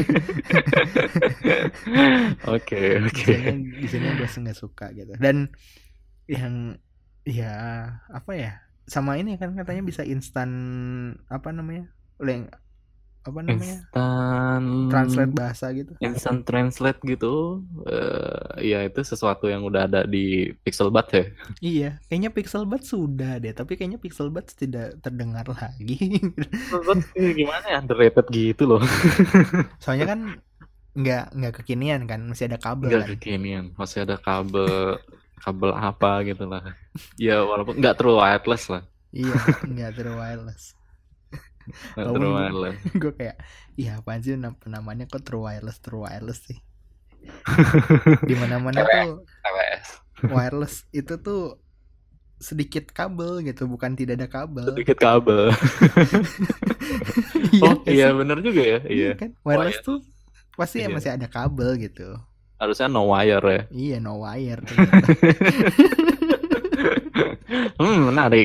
Oke, oke. desainnya desainnya gue nggak suka gitu. Dan yang ya apa ya, sama ini kan katanya bisa instan apa namanya, leng apa namanya, translate Instant bahasa gitu. instant translate gitu. Eh ya itu sesuatu yang udah ada di Pixel Buds ya. Iya, kayaknya Pixel Buds sudah deh, tapi kayaknya Pixel Buds tidak terdengar lagi. Pixel Buds ini gimana ya underrated gitu loh. Soalnya kan nggak nggak kekinian kan, masih ada kabel Nggak kan. kekinian, masih ada kabel kabel apa gitu lah. Ya walaupun nggak terlalu wireless lah. Iya, nggak terlalu wireless. Nggak Walaupun terlalu gue wireless. gue kayak, iya apaan sih namanya kok true wireless true wireless sih. Di mana-mana tuh T W S. wireless itu tuh sedikit kabel gitu, bukan tidak ada kabel. Sedikit kabel. Iya Oh gak iya sih? bener juga ya. Iya. Iya kan, Wah wireless ya. tuh pasti ya Iya. masih ada kabel gitu. Harusnya no wire ya. Iya, no wire ternyata. Hmm menarik.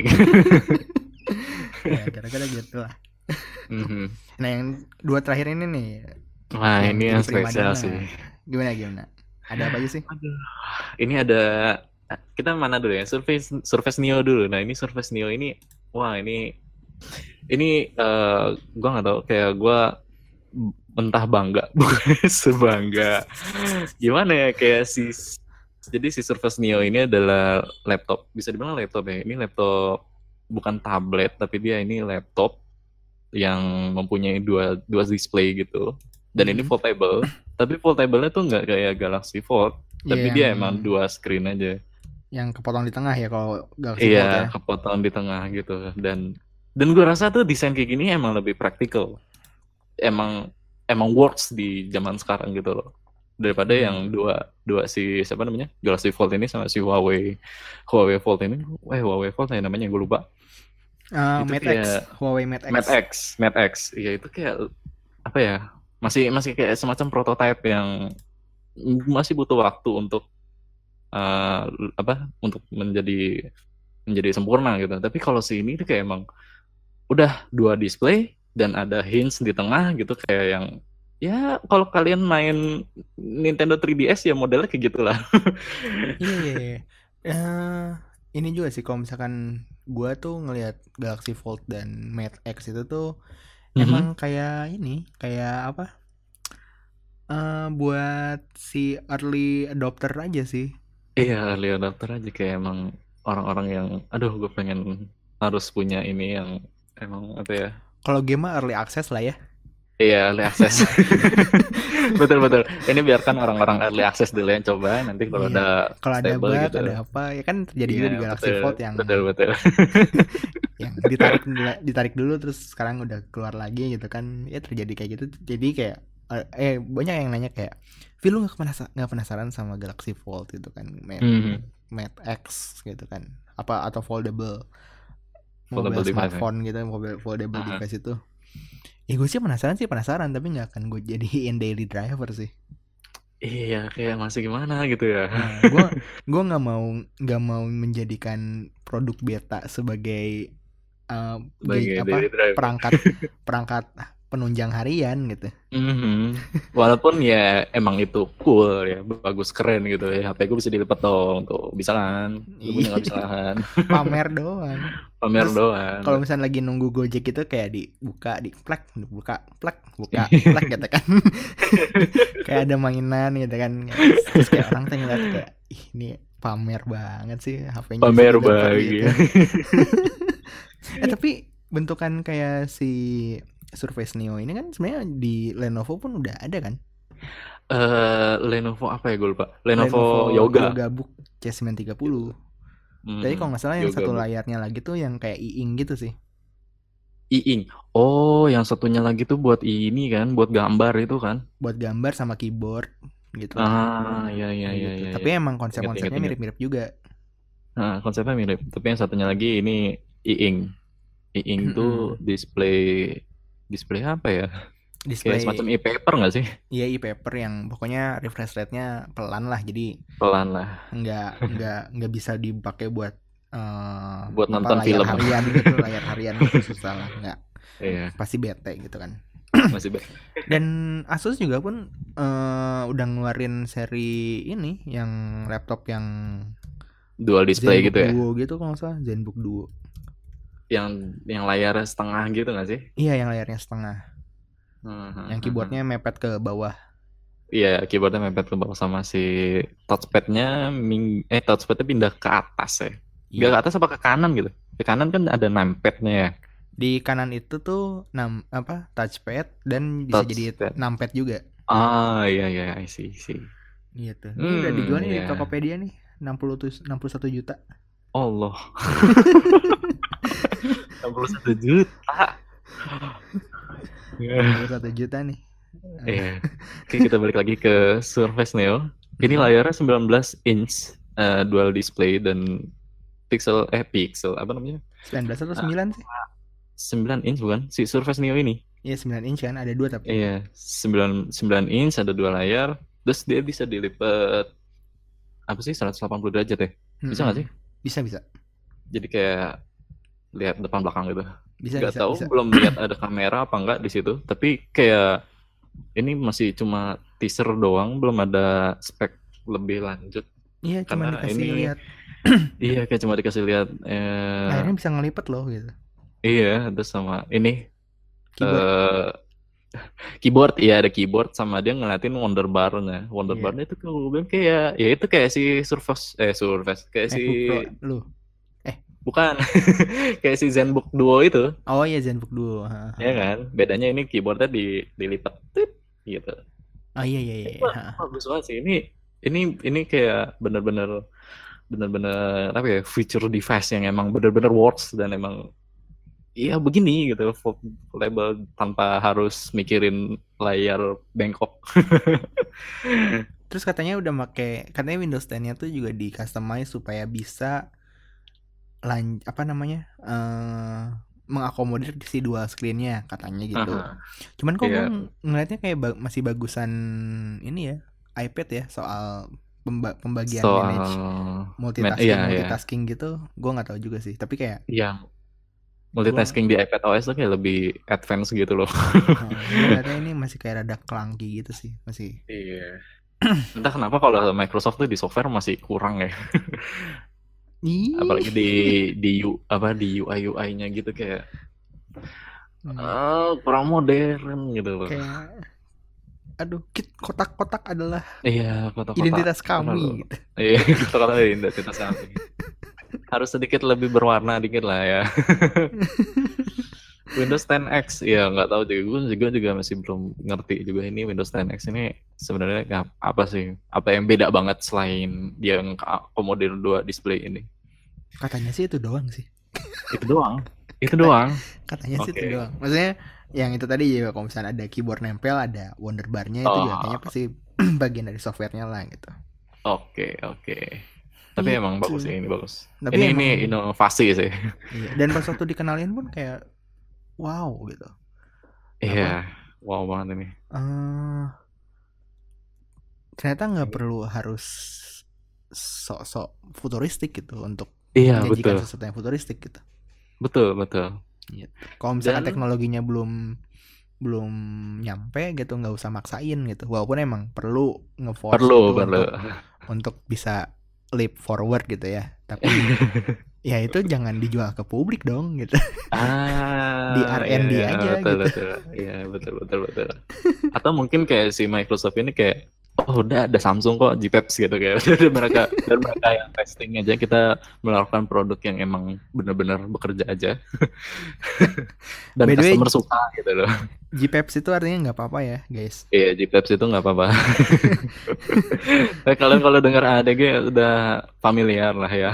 Ya kira-kira gitu lah. Mhm. Nah yang dua terakhir ini nih Wah yang ini jadi yang spesial primadona, sih. gimana gimana, ada apa aja sih? Aduh. Ini ada kita mana dulu ya? Surface Surface Neo dulu. Nah ini Surface Neo ini, wah ini ini eh gue nggak tahu kayak gue entah bangga bukan sebangga gimana ya kayak si jadi si Surface Neo ini adalah laptop bisa dibilang laptop ya ini laptop bukan tablet tapi dia ini laptop yang mempunyai dua dua display gitu dan ini Hmm. foldable tapi foldable-nya tuh nggak kayak Galaxy Fold tapi Iya, dia yang emang dua screen aja yang kepotong di tengah ya kalau Galaxy Fold iya ya. kepotong di tengah gitu dan dan gue rasa tuh desain kayak gini emang lebih praktikal emang emang works di zaman sekarang gitu loh daripada Hmm. yang dua dua si siapa namanya Galaxy Fold ini sama si Huawei Huawei Fold ini eh Huawei Fold ya namanya gue lupa Uh, itu Mate X, kayak Huawei Mate X. Mate X Mate X iya itu kayak apa ya masih masih kayak semacam prototype yang masih butuh waktu untuk uh, apa untuk menjadi menjadi sempurna gitu. Tapi kalau si ini tuh kayak emang udah dua display dan ada hinge di tengah gitu, kayak yang ya kalau kalian main Nintendo three D S ya modelnya kayak gitulah. Iya iya iya. Eh, ini juga sih kalau misalkan gua tuh ngelihat Galaxy Fold dan Mate X itu tuh Mhm. emang kayak ini, kayak apa? Eh buat si early adopter aja sih. Iya, early adopter aja kayak emang orang-orang yang aduh gue pengen harus punya ini yang emang apa ya? Kalau game mah early access lah ya. Iya, early access. Betul betul. Ini biarkan orang-orang early access dulu yang coba, nanti kalau Iya. udah Kalau ada stable bug, gitu. ada apa, ya kan terjadi Iya, juga di Galaxy betul. Fold yang Betul betul. yang ditarik ditarik dulu terus sekarang udah keluar lagi gitu kan. Ya terjadi kayak gitu. Jadi kayak eh eh, banyak yang nanya kayak, "Phil lu nggak penasa- nggak penasaran sama Galaxy Fold gitu kan, Mate, Mhm. Mate X gitu kan, apa atau foldable Foldable mobile device ya. smartphone gitu, mobile foldable Aha. device itu." Ya gue sih penasaran sih penasaran, tapi nggak akan gue jadiin daily driver sih. Iya, kayak masih gimana gitu ya. Nah, gue gue nggak mau nggak mau menjadikan produk beta sebagai uh, Sebagai ga- apa daily driver. perangkat perangkat penunjang harian gitu. Mhm. Walaupun ya emang itu cool ya, bagus keren gitu ya. H P gue bisa dilipat dong, tuh bisa kan? Lu punya nggak bisa kan? Pamer doang. Pamer Terus doang. kalau misalnya lagi nunggu Gojek itu kayak dibuka, di plak, buka, plak, buka, plak gitu kan. Kayak ada mainan gitu kan. Terus kayak orang tuh ngeliat kayak, ih ini pamer banget sih, H P-nya bisa Pamer didapat gitu. bahagia. Eh tapi bentukan kayak si Surface Neo ini kan sebenarnya di Lenovo pun udah ada kan? Eh Lenovo apa ya gue lupa. Lenovo Lenovo Yoga. Yoga Book C sembilan tiga puluh. Tapi kalau Hmm, nggak salah yang Yoga satu Book. layarnya lagi tuh yang kayak e-ink gitu sih. I-ink. Oh, yang satunya lagi tuh buat ini kan, buat gambar itu kan. Buat gambar sama keyboard gitu lah. Ah, iya iya Kayak iya gitu. iya. Tapi iya. emang Ingat ingat konsep-konsepnya ingat. mirip-mirip juga. Nah, konsepnya mirip. Tapi yang satunya lagi ini e-ink. E-ink tuh Mm-mm. display display apa ya? Kayak semacam Display e-paper nggak sih? iya e-paper yang pokoknya refresh rate-nya pelan lah. Jadi Pelan lah. nggak nggak nggak bisa dipakai buat eh Buat apa nonton layar film. harian gitu, layar harian gitu susah lah, nggak Iya, pasti bete gitu kan. masih be- Dan Asus juga pun eh, udah ngeluarin seri ini yang laptop yang dual display ZenBook gitu ya. Duo gitu kalau nggak salah, ZenBook Duo. Yang yang layarnya setengah gitu nggak sih? Iya yang layarnya setengah, Hmm, yang hmm, hmm. keyboardnya mepet ke bawah. Iya, keyboardnya mepet ke bawah sama si touchpadnya ming eh touchpadnya pindah ke atas ya. Nggak Iya. ke atas apa ke kanan gitu? Ke kanan kan ada numpad-nya ya. Di kanan itu tuh nam apa touchpad dan bisa jadi Touchpad. numpad juga. Ah, iya iya, I see, see. Gitu. Ini udah Hmm, dijual nih di iya. Tokopedia nih enam puluh tus- enam puluh satu juta. Allah. enam puluh satu juta. enam puluh satu juta nih. Iya. Oke, kita balik lagi ke Surface Neo. Ini Mm-mm. layarnya sembilan belas inch, eh, dual display dan pixel eh pixel apa namanya? sembilan belas atau Ah, sembilan sih? sembilan inch bukan? Si Surface Neo ini. Iya sembilan inch kan, ada dua tapi. Iya, sembilan sembilan inch ada dua layar. Terus dia bisa dilipat apa sih seratus delapan puluh derajat ya? Bisa nggak Mm-mm. sih? Bisa bisa. Jadi kayak lihat depan belakang gitu. Bisa Nggak bisa tahu, bisa. belum lihat ada kamera apa enggak di situ. Tapi kayak ini masih cuma teaser doang, belum ada spek lebih lanjut. Iya cuma Karena dikasih ini lihat iya kayak cuma dikasih lihat eh, layarnya bisa ngelipet loh gitu. iya, terus sama ini Keyboard. eh keyboard, iya ada keyboard sama dia ngeliatin wonder bar-nya. Wonder Iya. bar-nya itu kalau gue bilang kayak ya itu kayak si Surface eh Surface kayak si MacBook Pro lu. bukan kayak si ZenBook Duo itu, Oh iya ZenBook Duo. Ha, ha. ya kan? Bedanya ini keyboardnya di dilipat tit, gitu. Oh iya iya iya. Wah, Ha. bagus banget sih ini ini ini kayak bener-bener bener-bener apa ya feature device yang emang bener-bener works dan emang iya begini gitu foldable tanpa harus mikirin layar bengkok. Terus katanya udah make, katanya Windows ten-nya tuh juga di customize supaya bisa lan apa namanya? eh mengakomodir si dual screen-nya katanya gitu. Aha, Cuman kok gue iya. ng- ngelihatnya kayak ba- masih bagusan ini ya, iPad ya soal pemba- pembagian Soal manage man, multitasking iya, iya. multitasking gitu, gue nggak tahu juga sih. Tapi kayak Yang gue multitasking di iPad O S tuh kayak lebih advance gitu loh. gue ngeliatnya ini masih kayak rada clunky gitu sih, masih. Iya. Entah kenapa kalau Microsoft tuh di software masih kurang ya. Ih. Apalagi di di U apa di U I U I-nya gitu kayak Hmm. eh, kurang modern gitu loh. Kayak aduh, kit kotak-kotak adalah Iya, kotak-kotak. identitas kami Terlalu- gitu. Iya, kotak-kotak identitas kami. Harus sedikit lebih berwarna dikit lah ya. Windows ten X, ya nggak tahu juga. Gue juga juga masih belum ngerti juga ini Windows ten X ini sebenarnya ngap- apa sih? Apa yang beda banget selain dia yang akomodir dua display ini? Katanya sih itu doang sih. Itu doang. Itu doang. Katanya sih Oke. itu doang. Maksudnya yang itu tadi ya, kalau misalnya ada keyboard nempel, ada wonder bar-nya, itu Oh. juga kayaknya pasti bagian dari softwarenya lah gitu. Oke, oke. Tapi Gitu. emang bagus sih, ini bagus. Tapi ini emang- ini inovasi sih. Iya. Dan pas waktu dikenalin pun kayak wow gitu. Iya, wow banget ini. Eh, ternyata nggak perlu harus sok-sok futuristik gitu untuk Iya, menyajikan betul. sesuatu yang futuristik gitu. Betul, betul. Kalau misalkan Dan- teknologinya belum belum nyampe gitu, nggak usah maksain gitu. Walaupun emang perlu nge-force Perlu, itu perlu. untuk untuk bisa leap forward gitu ya. Tapi ya itu jangan dijual ke publik dong gitu. Ah, Di R and D iya, aja betul, gitu. betul. Iya, betul, betul, betul. Atau mungkin kayak si Microsoft ini kayak, oh udah ada Samsung kok, G P E P S gitu kayak. Dan mereka dan mereka yang testing aja, kita melakukan produk yang emang benar-benar bekerja aja. Dan By the way, customer suka gitu loh. G P E P S itu artinya nggak apa-apa ya guys. Iya, G P E P S itu nggak apa-apa. Tapi kalian kalau dengar A D G udah familiar lah ya.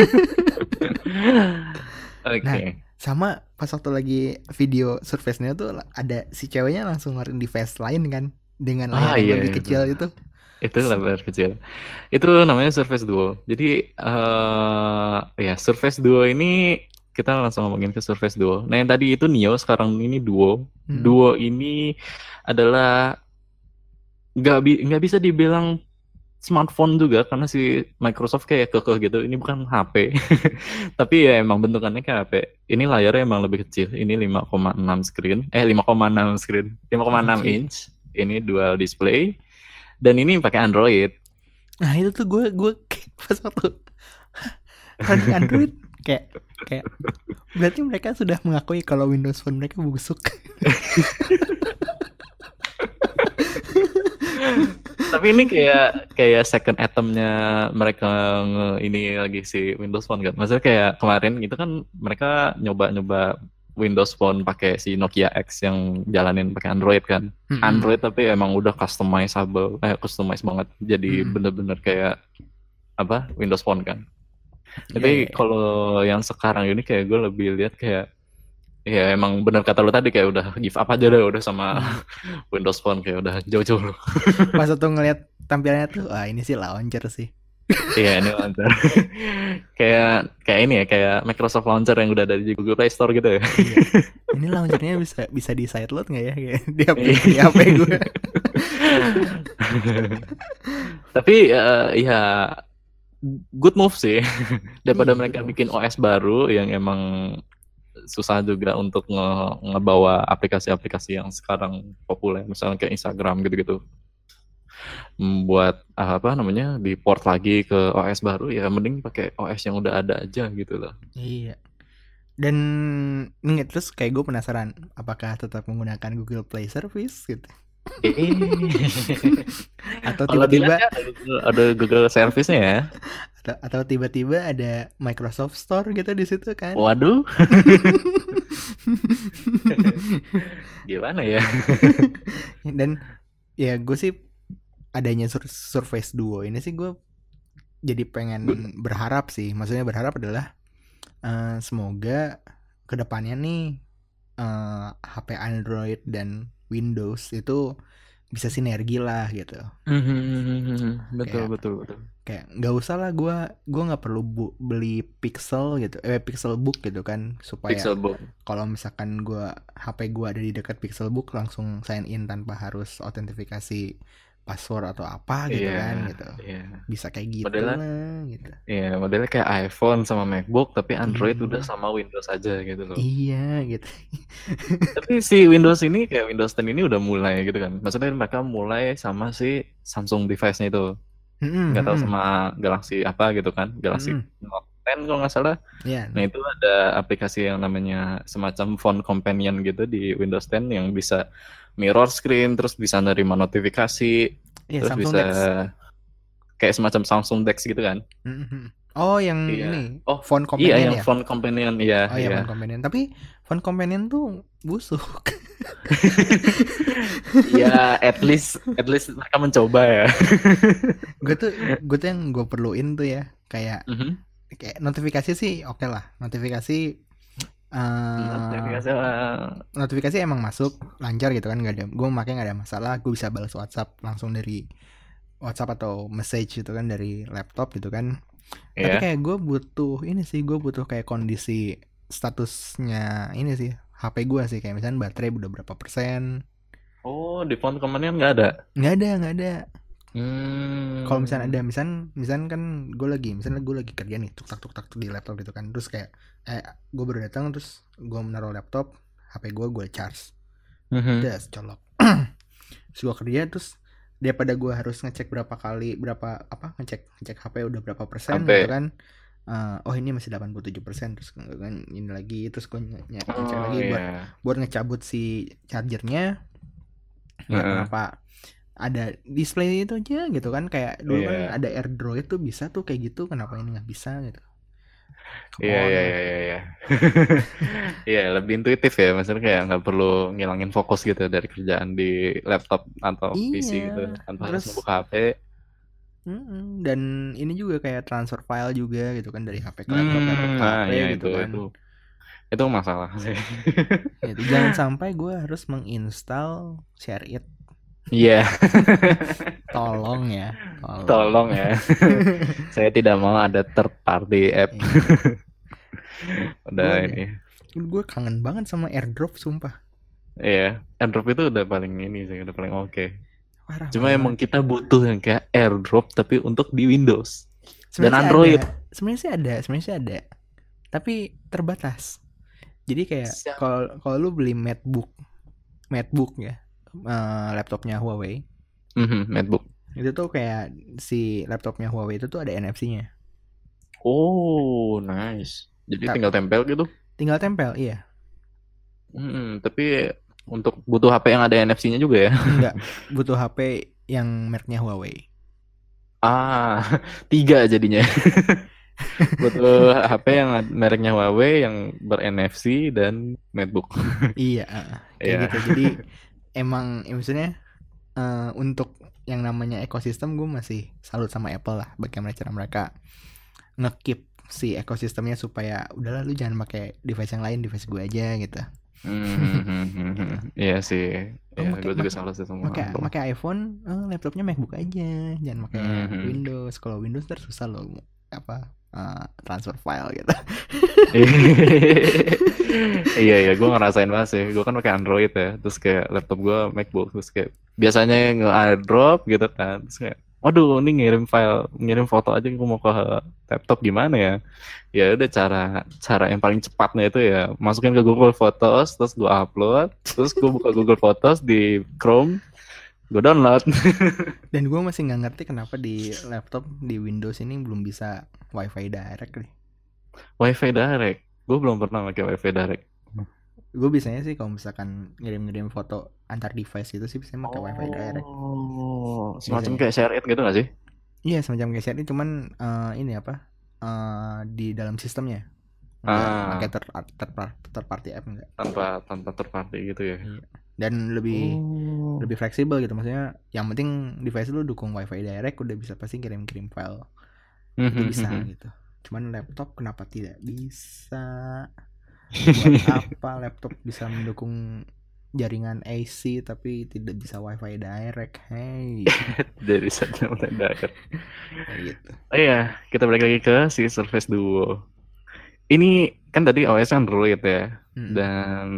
Oke. Nah, sama pas waktu lagi video Surface-nya tuh ada si ceweknya langsung ngeluarin device lain kan, dengan layar Ah, yang iya, lebih iya, kecil benar. itu. Itu layar kecil. Itu namanya Surface Duo. Jadi eh ya Surface Duo ini kita langsung ngomongin ke Surface Duo. Nah yang tadi itu Neo, sekarang ini Duo. Hmm. Duo ini adalah nggak bi nggak bisa dibilang smartphone juga karena si Microsoft kayak kekeh gitu. Ini bukan H P. Tapi ya emang bentukannya kayak H P. Ini layarnya emang lebih kecil. Ini lima koma enam screen. Eh lima koma enam screen. lima koma enam Oke. inch. Ini dual display. Dan ini pakai Android. Nah itu tuh gue gue pas waktu running Android kayak kayak berarti mereka sudah mengakui kalau Windows Phone mereka busuk. Tapi ini kayak kayak second itemnya mereka nge ini lagi si Windows Phone kan. Maksudnya kayak kemarin itu kan mereka nyoba-nyoba Windows Phone pakai si Nokia X yang jalanin pakai Android kan. Mm-mm. Android tapi emang udah customizable, eh customize banget. Jadi Mm. bener-bener kayak apa Windows Phone kan. Iya, Tapi iya, iya. kalau yang sekarang ini kayak gue lebih lihat kayak ya emang bener kata lo tadi kayak udah give up aja deh udah sama Windows Phone kayak udah jauh-jauh loh. Pas waktu ngeliat tampilannya tuh, wah ini sih launcher sih. Iya ini launcher. kayak kayak ini ya kayak Microsoft Launcher yang udah ada di Google Play Store gitu ya. Iya. Ini launchernya bisa bisa di sideload nggak ya? Kayak di H P Iya. di H P gue. Tapi eh, ya good move sih daripada Iya, mereka good move. bikin O S baru yang emang susah juga untuk nge ngebawa aplikasi-aplikasi yang sekarang populer misalnya kayak Instagram gitu-gitu. Membuat apa namanya di port lagi ke O S baru ya mending pakai O S yang udah ada aja gitu loh. Iya. Dan nih terus kayak gue penasaran apakah tetap menggunakan Google Play Service gitu Eh, atau kalau tiba-tiba dilihat ada Google, ada Google Service-nya ya. atau, atau tiba-tiba ada Microsoft Store gitu di situ kan. Waduh. Gimana ya? Dan ya gue sih adanya Sur- Surface Duo ini sih gue jadi pengen berharap sih. Maksudnya berharap adalah eh, semoga kedepannya nih eh, H P Android dan Windows itu bisa sinergi lah gitu. betul, Kayak- betul, betul. Kayak nggak usah lah gue gue nggak perlu bu- beli Pixel gitu, eh Pixelbook gitu kan, supaya Pixelbook. kalau misalkan gue H P gue ada di dekat Pixelbook langsung sign in tanpa harus autentifikasi password atau apa gitu Iya, kan gitu. iya. Bisa kayak gitu Modelnya, lah gitu. iya, modelnya kayak iPhone sama MacBook, tapi Android udah Iya, sama Windows aja gitu loh. iya gitu. Tapi si Windows ini kayak Windows sepuluh ini udah mulai gitu kan. Maksudnya mereka mulai sama si Samsung device-nya itu. Mm-mm, Nggak tahu mm-mm, sama Galaxy apa gitu kan. Galaxy mm-mm. Note sepuluh kalau nggak salah. Iya, Nah itu ada aplikasi yang namanya semacam phone companion gitu di Windows sepuluh yang bisa mirror screen, terus bisa nerima notifikasi, iya terus Samsung bisa Dex. kayak semacam Samsung Dex gitu kan. Mm-mm. Oh, yang Iya. ini Oh phone iya companion yang ya? phone companion, iya Oh ya iya. phone companion. Tapi phone companion tuh busuk. Ya at least at least mereka mencoba ya. Gue tuh gue tuh yang gue perluin tuh ya kayak Mhm. kayak notifikasi sih oke lah. Notifikasi eh Notifikasi lah. notifikasi emang masuk lancar gitu kan, nggak ada, gue makanya nggak ada masalah, gue bisa balas WhatsApp langsung dari WhatsApp atau message gitu kan dari laptop gitu kan. Tapi Iya. kayak gue butuh ini sih, gue butuh kayak kondisi statusnya ini sih H P gue sih, kayak misalnya baterai udah berapa persen. Oh di phone companion nggak ada. Nggak ada, nggak ada. Kalau misalnya Hmm. ada, misalnya misalnya kan gue lagi misalnya gue lagi kerja nih, tuk tak tuk tak di laptop gitu kan, terus kayak eh gue baru datang, terus gue menaruh laptop, H P gue gue charge, Mhm. udah colok. Terus gue kerja, terus daripada gue harus ngecek berapa kali berapa apa ngecek ngecek H P udah berapa persen Sampai. gitu kan. Uh, oh ini masih delapan puluh tujuh persen, terus kan ini lagi, terus gue nye- nye- ngecek Oh lagi buat iya. buat ngecabut si chargernya. Nggak Heeh. kenapa ada display itu aja gitu kan, kayak dulu kan Iya. ada AirDroid tuh bisa tuh kayak gitu, kenapa ini nggak bisa gitu. Come Iya on iya lah. iya iya. Iya Iya, lebih intuitif ya, maksudnya kayak nggak perlu ngilangin fokus gitu dari kerjaan di laptop atau P C gitu, Iya, tanpa harus terus ngebuka H P. mm, dan ini juga kayak transfer file juga gitu kan, dari H P ke laptop, laptop Hmm, ke nah H P iya gitu itu kan. itu itu masalah sih. Gitu. Jangan sampai gue harus menginstal ShareIt. Iya, Tolong ya, tolong. tolong ya. Saya tidak mau ada third party app. Iya. Udah Gue ini. gue kangen banget sama AirDrop sumpah. Iya, AirDrop itu udah paling ini sih, udah paling oke. Parah Cuma banget. emang kita butuh yang kayak AirDrop tapi untuk di Windows dan Sebenarnya sih Android. ada, sebenarnya sih ada, sebenarnya sih ada, tapi terbatas. Jadi kayak Siap. kalau kalau lu beli MacBook, MacBook ya, eh, laptopnya Huawei, Mhm, MacBook. itu tuh kayak si laptopnya Huawei itu tuh ada N F C-nya. Oh, nice. Jadi Ta- tinggal tempel gitu. Tinggal tempel, iya. Hmm, tapi untuk butuh H P yang ada N F C-nya juga ya. Enggak, butuh H P yang mereknya Huawei. Ah, tiga jadinya. Butuh H P yang mereknya Huawei yang ber-N F C dan MacBook. Iya, uh, kayak Iya. gitu. Jadi emang ya maksudnya uh, untuk yang namanya ekosistem, gue masih salut sama Apple lah, bagaimana cara mereka nge-keep si ekosistemnya supaya udahlah lu jangan pakai device yang lain, device gue aja gitu. Hmm, iya sih. Oh, Ya, pakai gue juga pakai salah sih sama pakai Apple. pakai iPhone, eh, laptopnya MacBook aja, jangan pakai Mhm. Windows. Kalau Windows ntar susah loh apa uh, transfer file gitu. Iya iya, gue ngerasain banget sih. Gue kan pakai Android ya, terus kayak laptop gue MacBook, terus kayak biasanya nge-airdrop gitu kan, terus kayak, waduh, ini ngirim file, ngirim foto aja gue mau ke laptop gimana ya? Ya udah cara cara yang paling cepatnya itu ya masukin ke Google Photos, terus gue upload, terus gue buka Google Photos di Chrome, gue download. Dan gue masih nggak ngerti kenapa di laptop di Windows ini belum bisa WiFi direct deh. WiFi direct, gue belum pernah pakai WiFi direct. Gue biasanya sih kalau misalkan ngirim-ngirim foto antar device gitu sih biasanya pakai WiFi direct. Oh, semacam Biasanya. kayak share it gitu gak sih? Iya, semacam kayak share ini, cuman uh, ini apa? Uh, di dalam sistemnya. Enggak Ah. pakai ter, ter, ter party app enggak. Tanpa tanpa third party gitu ya. Iya. Dan lebih Oh. lebih fleksibel gitu, maksudnya yang penting device lu dukung WiFi direct, udah bisa pasti kirim-kirim file. Itu bisa gitu. Cuman laptop kenapa tidak bisa? Buat apa laptop bisa mendukung jaringan A C tapi tidak bisa WiFi direct? Hey. Dari sana mulai direct. Kayak gitu. Oh iya, kita balik lagi ke si Surface Duo. Ini kan tadi O S Android ya. Mm-mm. Dan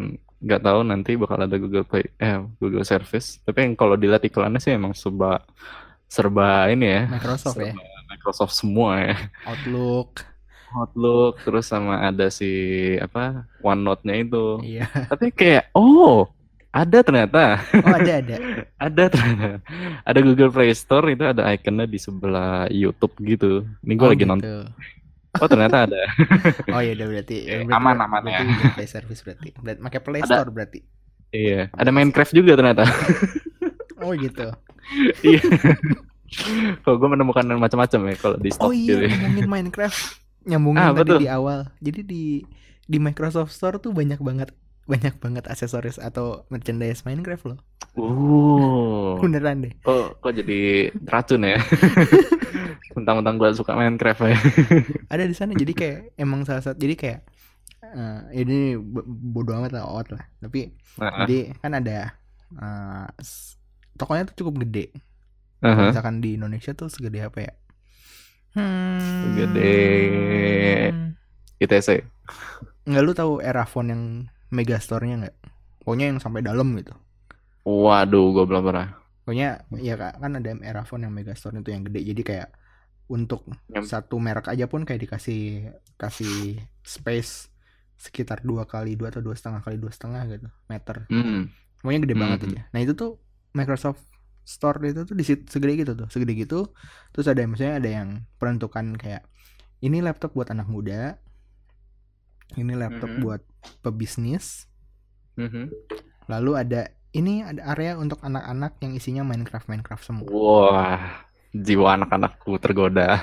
nggak tahu nanti bakal ada Google Play eh Google Service. Tapi yang kalau dilihat iklannya sih emang serba serba ini ya, Microsoft ya, serba Microsoft semua ya. Outlook. Outlook terus sama ada si apa OneNote-nya itu. Iya. Tapi kayak oh ada ternyata. Oh ada ada. Ada ternyata. Ada Google Play Store itu ada ikonnya di sebelah YouTube gitu. Ini gue Oh lagi gitu. nonton. Oh ternyata ada. Oh ya udah berarti, Oke, berarti aman, aman berarti ya. Google Play Service berarti. Berarti pakai Play Ada. Store berarti. Iya. Ada Minecraft juga ternyata. Oh gitu. Iya. Kalau gue menemukan macam-macam ya kalau di Oh stok iya, gitu. ngomongin Minecraft, nyambungin Ah, tadi betul. di awal. Jadi di di Microsoft Store tuh banyak banget banyak banget aksesoris atau merchandise Minecraft loh. Uh. Beneran deh. Kok kok jadi racun ya? Mentang-mentang gue suka Minecraft ya. Ada di sana, jadi kayak emang salah satu, jadi kayak eh, ini bo- bodo amat lah, out lah. Tapi Nah, jadi kan ada eh, s- tokonya tuh cukup gede. Kalau uh-huh. misalkan di Indonesia tuh segede apa ya? Hmm. Gede I T C. Nggak, lu tahu Erafone yang Megastore-nya nggak? Pokoknya yang sampai dalam gitu. Waduh, gue belum pernah. Pokoknya ya Kak, kan ada Erafone yang Megastore itu yang gede. Jadi kayak untuk Yang- satu merek aja pun kayak dikasih kasih space sekitar dua kali dua atau dua setengah kali dua setengah gitu meter. Hmm. Pokoknya gede Hmm. banget aja. Nah itu tuh Microsoft Store itu tuh di situ segede gitu tuh, segede gitu. Terus ada misalnya ada yang penentukan kayak ini laptop buat anak muda, ini laptop Mhm. buat pebisnis. Mhm. Lalu ada ini ada area untuk anak-anak yang isinya Minecraft Minecraft semua. Wah, jiwa anak-anakku tergoda.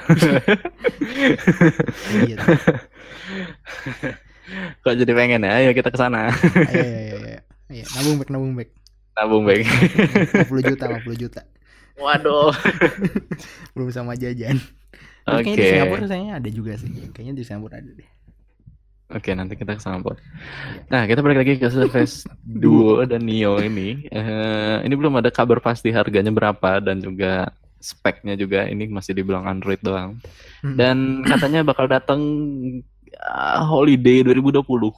Iya tuh. Kok jadi pengen ya? Ayo kita ke sana. Ayo, ayo, ayo, ayo. Ayo, nabung back, nabung back. Nabung baik. lima puluh juta, lima puluh juta. Waduh. Belum sama jajan. Tapi kayaknya di Oke. Singapura sayangnya ada juga sih. Kayaknya di Singapura ada deh. Oke, nanti kita ke sana, Bot. Nah, kita balik lagi ke Surface Duo dan Neo ini. Eh, ini belum ada kabar pasti harganya berapa dan juga speknya juga ini masih dibilang Android doang. Hmm. Dan katanya bakal datang ah, holiday dua ribu dua puluh.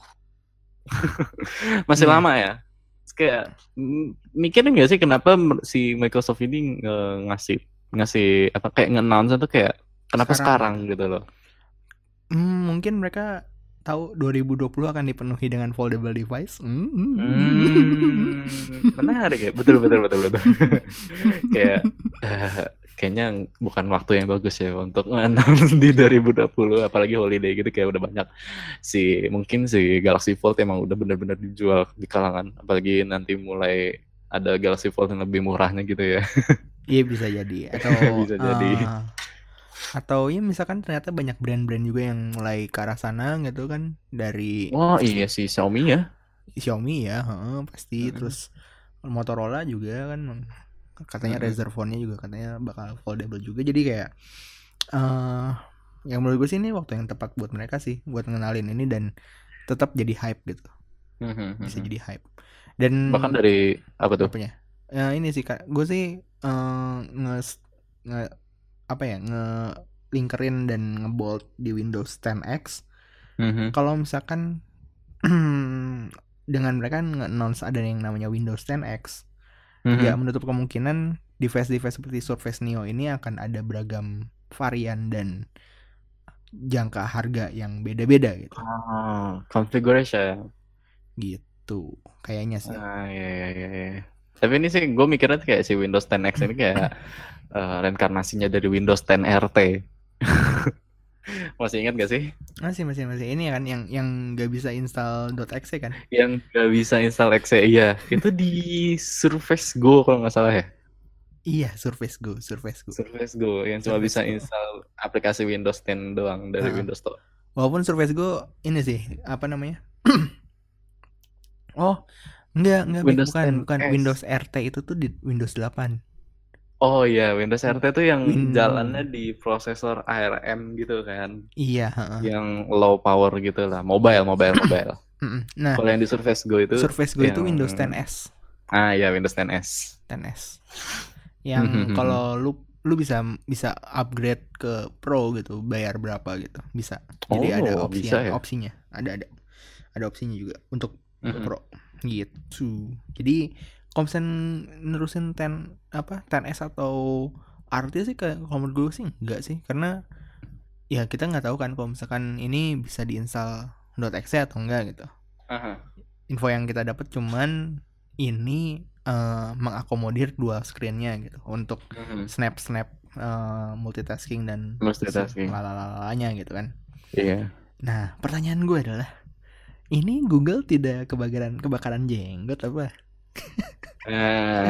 Masih Iya. lama ya. Terus kayak mm, mikirin nggak sih kenapa mer- si Microsoft ini nge- ngasih ngasih apa kayak nge-announce itu kayak kenapa Sekarang. sekarang, gitu loh. Hmm, mungkin mereka tahu dua ribu dua puluh akan dipenuhi dengan foldable device. Hmm. Hmm, menarik ya, betul betul betul betul. Kayak eh, kayaknya bukan waktu yang bagus ya untuk nge-announce di dua ribu dua puluh, apalagi holiday gitu kayak udah banyak si mungkin si Galaxy Fold emang udah benar-benar dijual di kalangan, apalagi nanti mulai ada Galaxy Fold yang lebih murahnya gitu ya. Iya bisa jadi. Atau Bisa jadi. eh, atau ya misalkan ternyata banyak brand-brand juga yang mulai ke arah sana gitu kan, dari Oh iya sih Xiaomi ya. Xiaomi ya, heeh, pasti. Mm-mm. Terus Motorola juga kan katanya Mm-mm. Razer phone-nya juga katanya bakal foldable juga. Jadi kayak eh yang menurut gue sih ini waktu yang tepat buat mereka sih buat ngenalin ini dan tetap jadi hype gitu. Mhm, Bisa mhm. jadi hype. Dan Bahkan dari apa tuh? apanya? Ya ini sih Kak, gue sih eh, nge, nge apa ya nge linkerin dan ngebold di Windows ten X. Mhm. Kalau misalkan dengan mereka nge-announce ada yang namanya Windows ten X, Mhm. nggak menutup kemungkinan device-device seperti Surface Neo ini akan ada beragam varian dan jangka harga yang beda-beda gitu. Oh, configuration. Gitu kayaknya sih. Ah, iya, iya, iya, iya. Tapi ini sih gue mikirnya tuh kayak si Windows ten X ini kayak eh, reinkarnasinya dari Windows ten R T. Masih ingat gak sih? Masih masih masih ini kan yang yang nggak bisa install .exe kan? Yang gak bisa install exe, iya. Itu di Surface Go kalau nggak salah ya. Iya, Surface Go, Surface Go. Surface Go yang cuma Surface bisa Go. install aplikasi Windows ten doang dari Ah. Windows Store. Walaupun Surface Go ini sih apa namanya? Oh, enggak, enggak Bik. Windows bukan, ten bukan S. Windows R T itu tuh di Windows delapan. Oh iya, Windows R T tuh yang Win- jalannya di prosesor A R M gitu kan. Iya, heeh. Yang low power gitu lah, mobile, mobile, mobile. Mm-mm. Nah, Kalau yang di Surface Go itu Surface Go itu yang- Windows ten S, Ah ya, Windows ten S. ten S. Yang kalau lu lu bisa bisa upgrade ke Pro gitu, bayar berapa gitu, bisa. Jadi Oh, ada opsi bisa ya? opsinya, ada ada ada opsinya juga untuk, untuk Mhm. Pro. gitu. Jadi kalau misalnya nerusin ten apa ten S atau R T sih kayak kalau menurut gue sih enggak sih, karena ya kita nggak tahu kan kalau misalkan ini bisa diinstal .exe atau enggak gitu. Aha. Info yang kita dapat cuman ini uh, mengakomodir dual screen-nya gitu untuk Mhm. snap snap uh, multitasking dan Multitasking. lalalanya gitu kan. Iya. Nah pertanyaan gue adalah, ini Google tidak kebakaran kebakaran jenggot apa? Eh,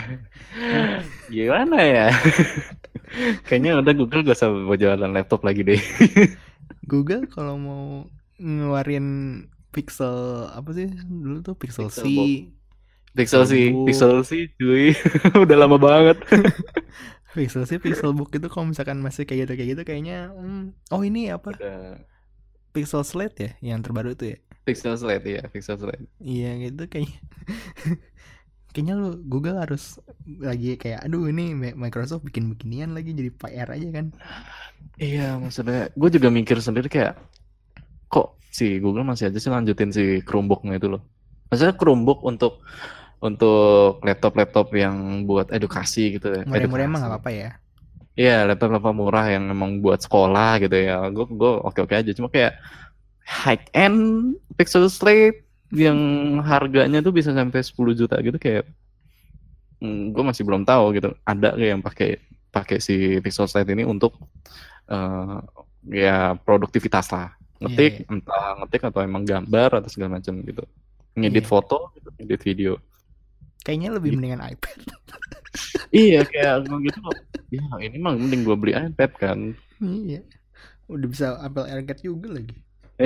gimana ya? Kayaknya udah Google gak usah mau jualan laptop lagi deh. Google kalau mau ngeluarin Pixel apa sih dulu tuh Pixel, Pixel C, Book. Pixel sih, Book. Pixel sih, cuy. Udah lama banget. Pixel C, Pixel Book itu kalau misalkan masih kayak gitu kayak gitu kayaknya, hmm, oh ini apa? Udah. Pixel Slate ya, yang terbaru itu ya? Pixel Slate ya, Pixel Slate. Iya gitu kayaknya. Kayaknya lu Google harus lagi kayak, aduh ini Microsoft bikin beginian lagi jadi P R aja kan? Iya, maksudnya gue juga mikir sendiri kayak, kok si Google masih aja sih lanjutin si Chromebook-nya itu loh. Maksudnya Chromebook untuk untuk laptop-laptop yang buat edukasi gitu ya. Murah-murah emang gak apa-apa ya? Iya, laptop-laptop murah yang memang buat sekolah gitu ya. Gue gue oke-oke aja. Cuma kayak high end Pixel Slate yang harganya tuh bisa sampai sepuluh juta gitu kayak, hmm, gue masih belum tahu gitu. Ada kayak yang pakai pakai si Pixel Slate ini untuk uh, ya produktivitas lah. Ngetik, Iya, iya. entah ngetik atau emang gambar atau segala macam gitu. Ngedit Iya. foto, gitu, ngedit video. Kayaknya lebih Gitu. mendingan iPad. Iya, kayak gue gitu kok. Ya ini mah mending gue beli iPad kan. Iya. Udah bisa Apple AirGad juga lagi.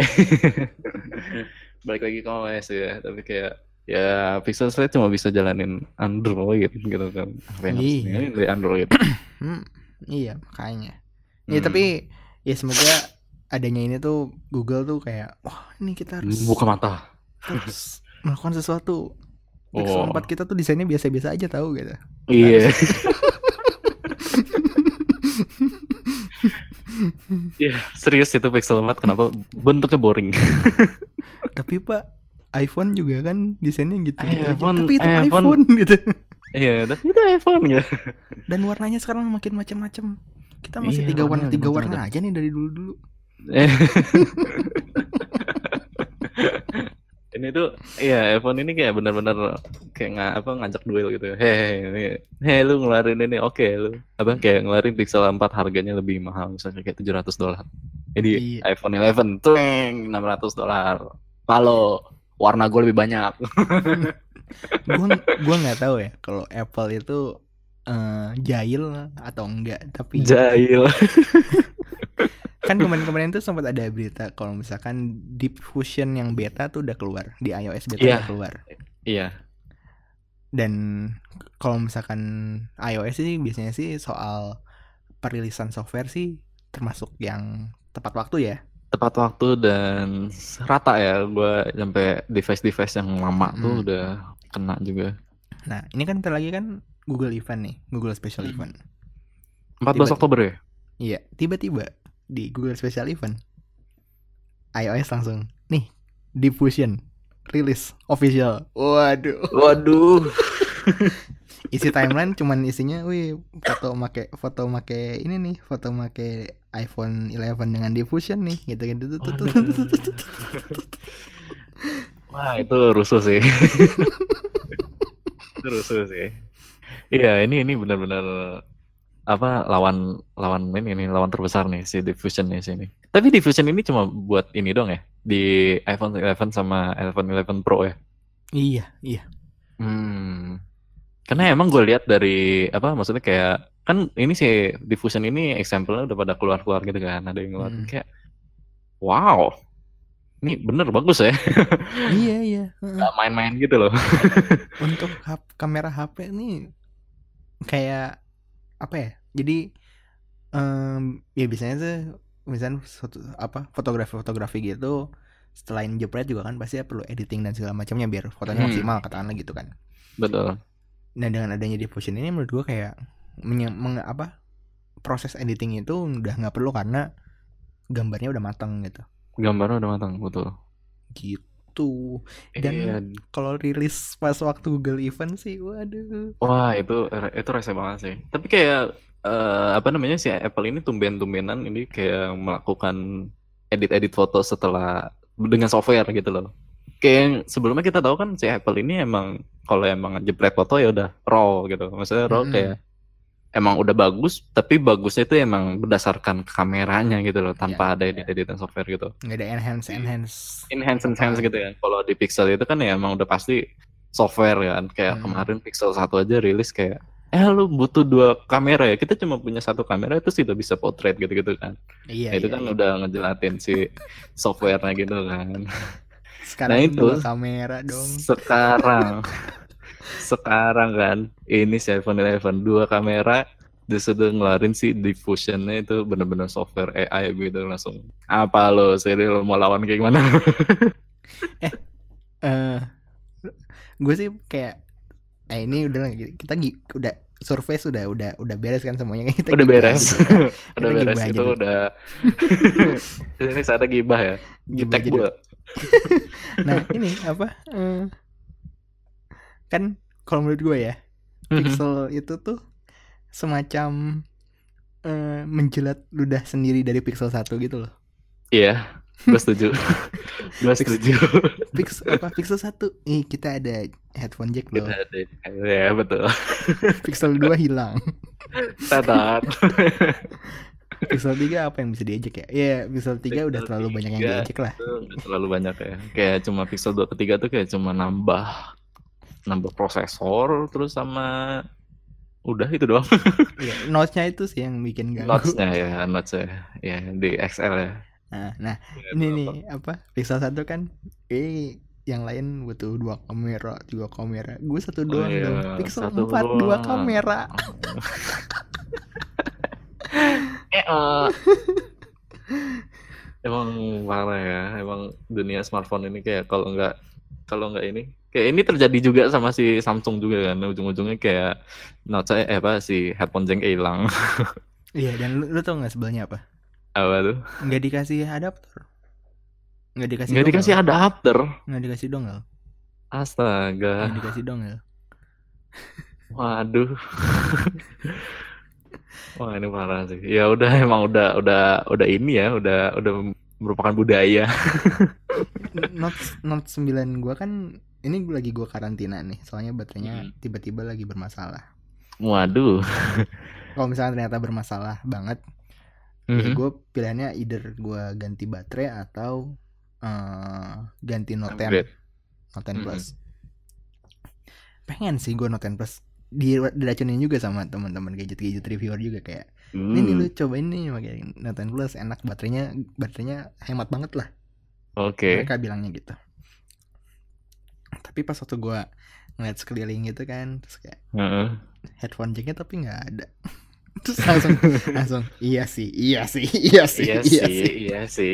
Balik lagi ke O S ya, tapi kayak ya Pixel Slate cuma bisa jalanin Android gitu kan. Apa yang harus Iya. ditinggalin dari Android? Hmm, iya makanya. Ya Hmm. tapi ya semoga adanya ini tuh Google tuh kayak, wah ini kita harus Buka mata. terus melakukan sesuatu. Pixel Oh. empat kita tuh desainnya biasa-biasa aja tahu gitu. Iya. Iya, serius itu Pixel empat kenapa bentuknya boring? Tapi Pak, iPhone juga kan desainnya gitu. iPhone, Tapi itu iPhone. iPhone gitu. Iya, tapi itu iPhone ya. Dan warnanya sekarang makin macam-macam. Kita masih Iya, tiga warna warnanya tiga warna macam-macam. aja nih dari dulu-dulu. Ini tuh, iya iPhone ini kayak benar-benar kayak nggak apa ngajak duel gitu. Hei, ini, hei lu ngeluarin ini, oke lu. Apa kayak ngeluarin Pixel empat harganya lebih mahal, misalnya kayak tujuh ratus dolar. Jadi Iya. iPhone eleven, tueng, enam ratus dolar. Halo, warna gue lebih banyak. Gua gua nggak tahu ya kalau Apple itu eh, jahil atau enggak, tapi Jahil. kan kemarin-kemarin tuh sempat ada berita kalau misalkan Deep Fusion yang beta tuh udah keluar, di iOS beta Iya. udah keluar. Iya. Dan kalau misalkan iOS sih biasanya sih soal perilisan software sih termasuk yang tepat waktu ya. Tepat waktu dan rata ya. Gue sampai device-device yang lama tuh Mm-mm. udah kena juga. Nah ini kan ntar lagi kan Google Event nih, Google Special Hmm. Event. empat belas Tiba- Oktober ya? Iya, tiba-tiba di Google Special Event iOS langsung nih Deep Fusion rilis official. Waduh. Waduh. Isi timeline cuman isinya, wih foto make foto make ini nih, foto make iPhone eleven dengan Deep Fusion nih, gitu gitu. Wah itu rusuh sih. Itu rusuh sih. Iya ini ini benar-benar apa lawan lawan ini nih lawan terbesar nih si Diffusion nih sini. Tapi Diffusion ini cuma buat ini dong ya di iPhone eleven sama iPhone eleven Pro ya. Iya, iya. Hmm. Karena emang gue lihat dari apa maksudnya kayak kan ini si Diffusion ini example-nya udah pada keluar-keluar gitu kan, ada yang ngeluarin Hmm. kayak wow. Ini bener bagus ya. Iya, iya. Heeh. Gak main-main gitu loh. Untuk H- kamera H P nih kayak apa ya? Jadi em, ya biasanya tuh misalnya suatu, apa fotografi-fotografi gitu, selain jepret juga kan pasti perlu editing dan segala macamnya biar fotonya Hmm. maksimal katakanlah gitu kan. Betul. Nah dengan adanya Diffusion ini menurut gua kayak menye- menge- apa proses editing itu udah nggak perlu karena gambarnya udah matang gitu. Gambarnya udah matang, betul. Gitu. Tuh. Dan Iya. kalau rilis pas waktu Google event sih, waduh. Wah, itu itu rese banget sih. Tapi kayak eh, apa namanya sih Apple ini tumben-tumbenan ini kayak melakukan edit-edit foto setelah dengan software gitu loh. Kayak yang sebelumnya kita tahu kan si Apple ini emang kalau emang jepret foto ya udah raw gitu. Maksudnya raw Mm-mm. kayak emang udah bagus, tapi bagusnya itu emang berdasarkan kameranya gitu loh, tanpa Ya, ada edit-editan software gitu. nggak ada enhance Di enhance enhance apa. enhance gitu ya. Kalau di Pixel itu kan ya emang udah pasti software kan. Kayak Hmm. kemarin Pixel satu aja rilis kayak eh lu butuh dua kamera ya. Kita cuma punya satu kamera itu sudah bisa portrait gitu-gitu kan. Iya Nah, itu iya. kan iya. udah ngejelatin si softwarenya gitu kan. Sekarang Nah, dua itu kamera dong. sekarang sekarang kan ini si iPhone eleven dua kamera dia sudah ngeluarin si diffusionnya itu bener-bener software A I gitu langsung. Apa lo seri lo mau lawan kayak gimana? Eh, gue sih kayak eh ini udah lah, kita gi- udah survei sudah udah udah beres kan semuanya kita Udah gibah beres. aja dulu. Udah Kita beres gibah aja itu dulu. udah. Ini saya ada gibah ya. Gibah Gitek aja dulu. gua. Nah ini apa eh, kan kalau menurut gue ya Pixel itu tuh semacam eh, menjilat ludah sendiri dari Pixel satu gitu loh. Iya, gue setuju. Gue setuju. Pix apa Pixel satu ih kita ada headphone jack loh. Kita ada. Ya betul. Pixel dua hilang. Tatat. Pixel tiga apa yang bisa diejek ya? Iya, Pixel tiga udah Pixel terlalu banyak yang tiga diejek lah. itu udah terlalu banyak ya. Kayak cuma Pixel dua ketiga tuh kayak cuma nambah nambah prosesor terus sama udah itu doang. Iya, notes-nya itu sih yang bikin ganggu. Notes-nya ya, notes-nya ya di X L ya. Nah, nah Ya, ini itu nih apa? apa? Pixel satu kan eh yang lain butuh dua kamera, tiga kamera. Gue satu Oh doang iya, dong. Pixel satu empat dua doang. kamera. Eh, eh. Emang parah ya, emang dunia smartphone ini kayak kalau nggak kalau nggak ini kayak ini terjadi juga sama si Samsung juga kan ujung-ujungnya kayak note saya eh apa si headphone jack hilang. Iya, dan lu, lu tau nggak sebelnya apa? Apa tuh? Nggak dikasih adapter. Nggak dikasih Nggak dongle. dikasih adapter. Nggak dikasih dongle. Astaga. Nggak dikasih dongle. Waduh. Wah ini parah sih. Ya udah emang udah udah udah ini ya, udah udah merupakan budaya. Note Note sembilan gua kan ini gua lagi gua karantina nih, soalnya baterainya Hmm. tiba-tiba lagi bermasalah. Waduh. Kalau misalnya ternyata bermasalah banget, ya Mhm. gue pilihannya either gue ganti baterai atau eh, ganti Note ten, Upgrade. Note ten Mhm. Plus. Pengen sih gue Note ten Plus. Di, diracunin juga sama teman-teman gadget-gadget reviewer juga kayak, ini nih lu Hmm. cobain nih pakai Note ten Plus, enak baterainya, baterainya hemat banget lah. Oke. Mereka bilangnya gitu. Tapi pas waktu gue ngeliat sekeliling gitu kan, terus kayak Heeh. headphone jacknya tapi nggak ada. Terus langsung langsung iya sih, iya sih, iya sih, Iya iya sih, sih. iya sih.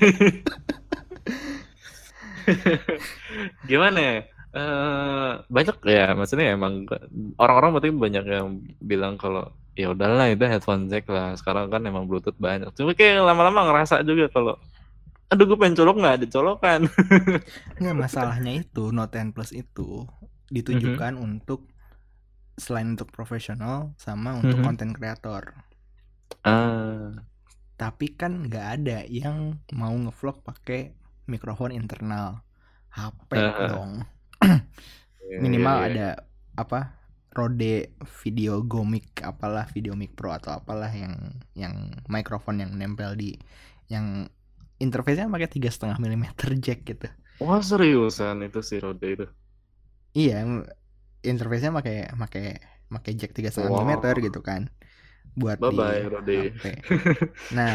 Gimana ya? Eh, banyak ya, maksudnya emang orang-orang berarti banyak yang bilang kalau ya udahlah itu headphone jack lah. Sekarang kan emang Bluetooth banyak. Cuma kayak lama-lama ngerasa juga kalau aduh gue pengen colok nggak ada colokan. Nggak, masalahnya itu Note ten Plus itu ditujukan untuk selain untuk profesional sama untuk Mhm. konten kreator. Ah, Tapi kan nggak ada yang mau ngevlog pakai mikrofon internal H P Ah. dong. iya, Minimal iya, iya. ada apa? Rode Video Go Mic apalah, Video Mic Pro atau apalah yang yang mikrofon yang nempel di yang interface-nya pakai tiga setengah milimeter jack gitu. Wah seriusan itu si Rode itu. Iya, interface-nya pakai pakai pakai jack tiga setengah Wow. milimeter gitu kan, buat Bye di bye Rode. H P. Nah,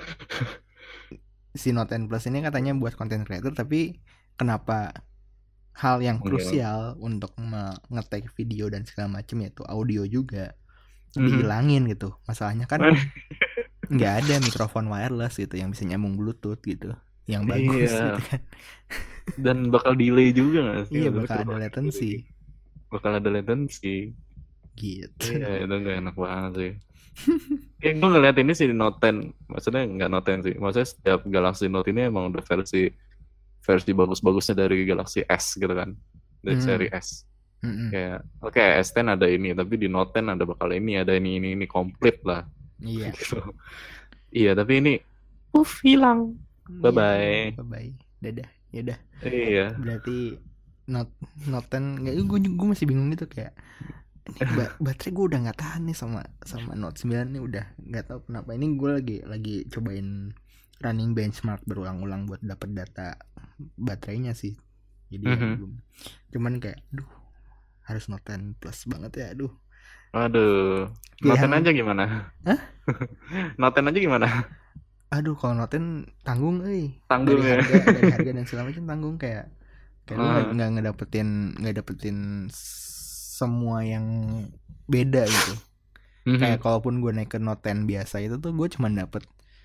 si Note ten Plus ini katanya buat content creator, tapi kenapa hal yang Iya. krusial untuk me- nge-take video dan segala macam yaitu audio juga Mhm. dihilangin gitu. Masalahnya kan nggak ada mikrofon wireless gitu yang bisa nyambung Bluetooth gitu, yang bagus Iya. gitu kan. Dan bakal delay juga nggak sih? Iya, Maksudnya bakal ada kalau latency bakal ada latency. gitu. Iya itu gak enak banget sih. Kayak gue ngeliat ini sih di Note ten, maksudnya nggak Note ten sih, maksudnya setiap Galaxy Note ini emang udah versi versi bagus-bagusnya dari Galaxy S gitu kan, dari Hmm. seri S. Mm-mm. Kayak oke S sepuluh ada ini, tapi di Note sepuluh ada bakal ini, ada ini ini ini komplit lah. Iya. Gitu. Iya, tapi ini puff hilang. Bye bye. Bye bye. Dadah. Yaudah. Iya. Berarti Note Note sepuluh nggak, gue gue masih bingung gitu kayak ini ba- baterai gue udah nggak tahan nih sama sama Note sembilan nih, udah nggak tahu kenapa. Ini gue lagi lagi cobain running benchmark berulang-ulang buat dapet data baterainya sih. Jadi ya Mhm. belum. Cuman kayak, duh harus Note sepuluh plus banget ya, aduh. Aduh, Pilihan- Noten aja gimana? Hah? Noten aja gimana? Aduh kalau Note sepuluh tanggung, eh Tanggung dari ya. harga dari harga dan segala macam tanggung, kayak kayak lu Ah. nggak nggak ngedapetin nggak dapetin semua yang beda gitu. Mhm. Kayak kalaupun gue naik ke Note sepuluh biasa itu tuh gue cuma dapet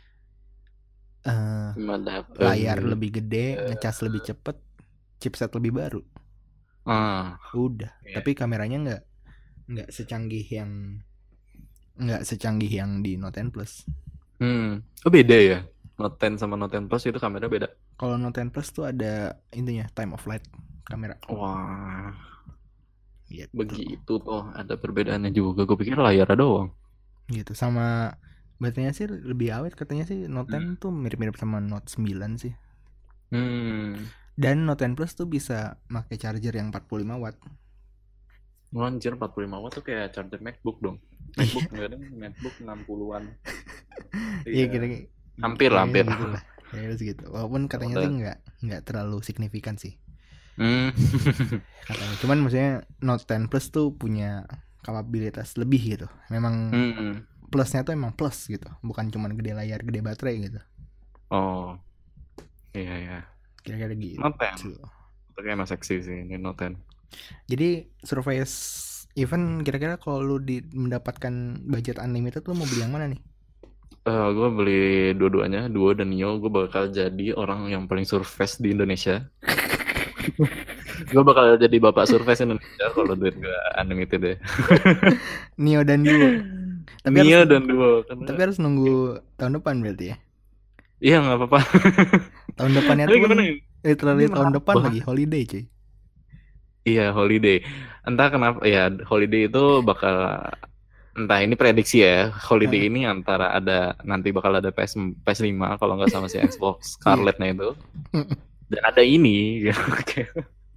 eh Cuma dapet layar lebih gede, ngecas lebih cepet, chipset lebih baru. Ah, Udah. Iya. Tapi kameranya nggak nggak secanggih yang nggak secanggih yang di Note sepuluh Plus. hmm. Oh beda ya? Note sepuluh sama Note sepuluh Plus itu kamera beda. Kalau Note sepuluh Plus tuh ada intinya time of flight kamera. Wah, Gitu. begitu toh ada perbedaannya juga. Gue pikir layar doang. Gitu. Sama baterainya sih lebih awet katanya sih. Note sepuluh tuh mirip-mirip sama Note sembilan sih. Hmm. Dan Note sepuluh Plus tuh bisa pakai charger yang empat puluh lima watt. Wah, anjir empat puluh lima watt tuh kayak charger MacBook dong. MacBook enggak ada, MacBook enam puluhan. Iya kira Hampir lah, hampir. Gitu lah. Kayaknya segitu. Walaupun katanya Udah. sih nggak nggak terlalu signifikan sih Hmm. katanya. Cuman maksudnya Note sepuluh Plus tuh punya kapabilitas lebih gitu. Memang Hmm. plusnya tuh emang plus gitu, bukan cuman gede layar gede baterai gitu. Oh. Iya ya. Kira-kira gitu. Note sepuluh. Tapi emang seksi sih ini Note sepuluh. Jadi Surface Event kira-kira kalau lu di, mendapatkan budget unlimited lu mau beli yang mana nih? Eh, gue beli dua-duanya, Duo dan Neo. Gue bakal jadi orang yang paling surface di Indonesia. Gue bakal jadi bapak surface Indonesia kalau duit gue unlimited ya. Neo dan Duo. Tapi Neo harus, dan Duo. Karena- tapi harus nunggu tahun depan berarti ya. Iya nggak apa-apa. Tahun depannya Tapi tuh gimana ya? literally Ini tahun mahal depan banget. lagi holiday cuy. Iya holiday. Entah kenapa ya holiday itu bakal entah ini prediksi ya. Holiday ini antara ada nanti bakal ada P S P S lima kalau nggak sama si Xbox Scarlet-nya itu. Dan ada ini. Oke.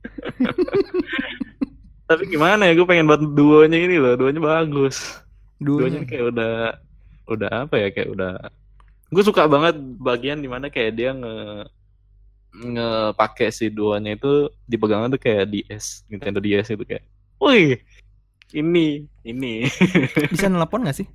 Tapi gimana ya, gue pengen buat duonya ini loh, duonya bagus. Duonya Duonya. kayak udah udah apa ya, kayak udah gue suka banget bagian dimana kayak dia nge ngepake si duonya itu dipegangnya tuh kayak D S, Nintendo D S itu kayak, wih ini ini Bisa nelpon gak sih?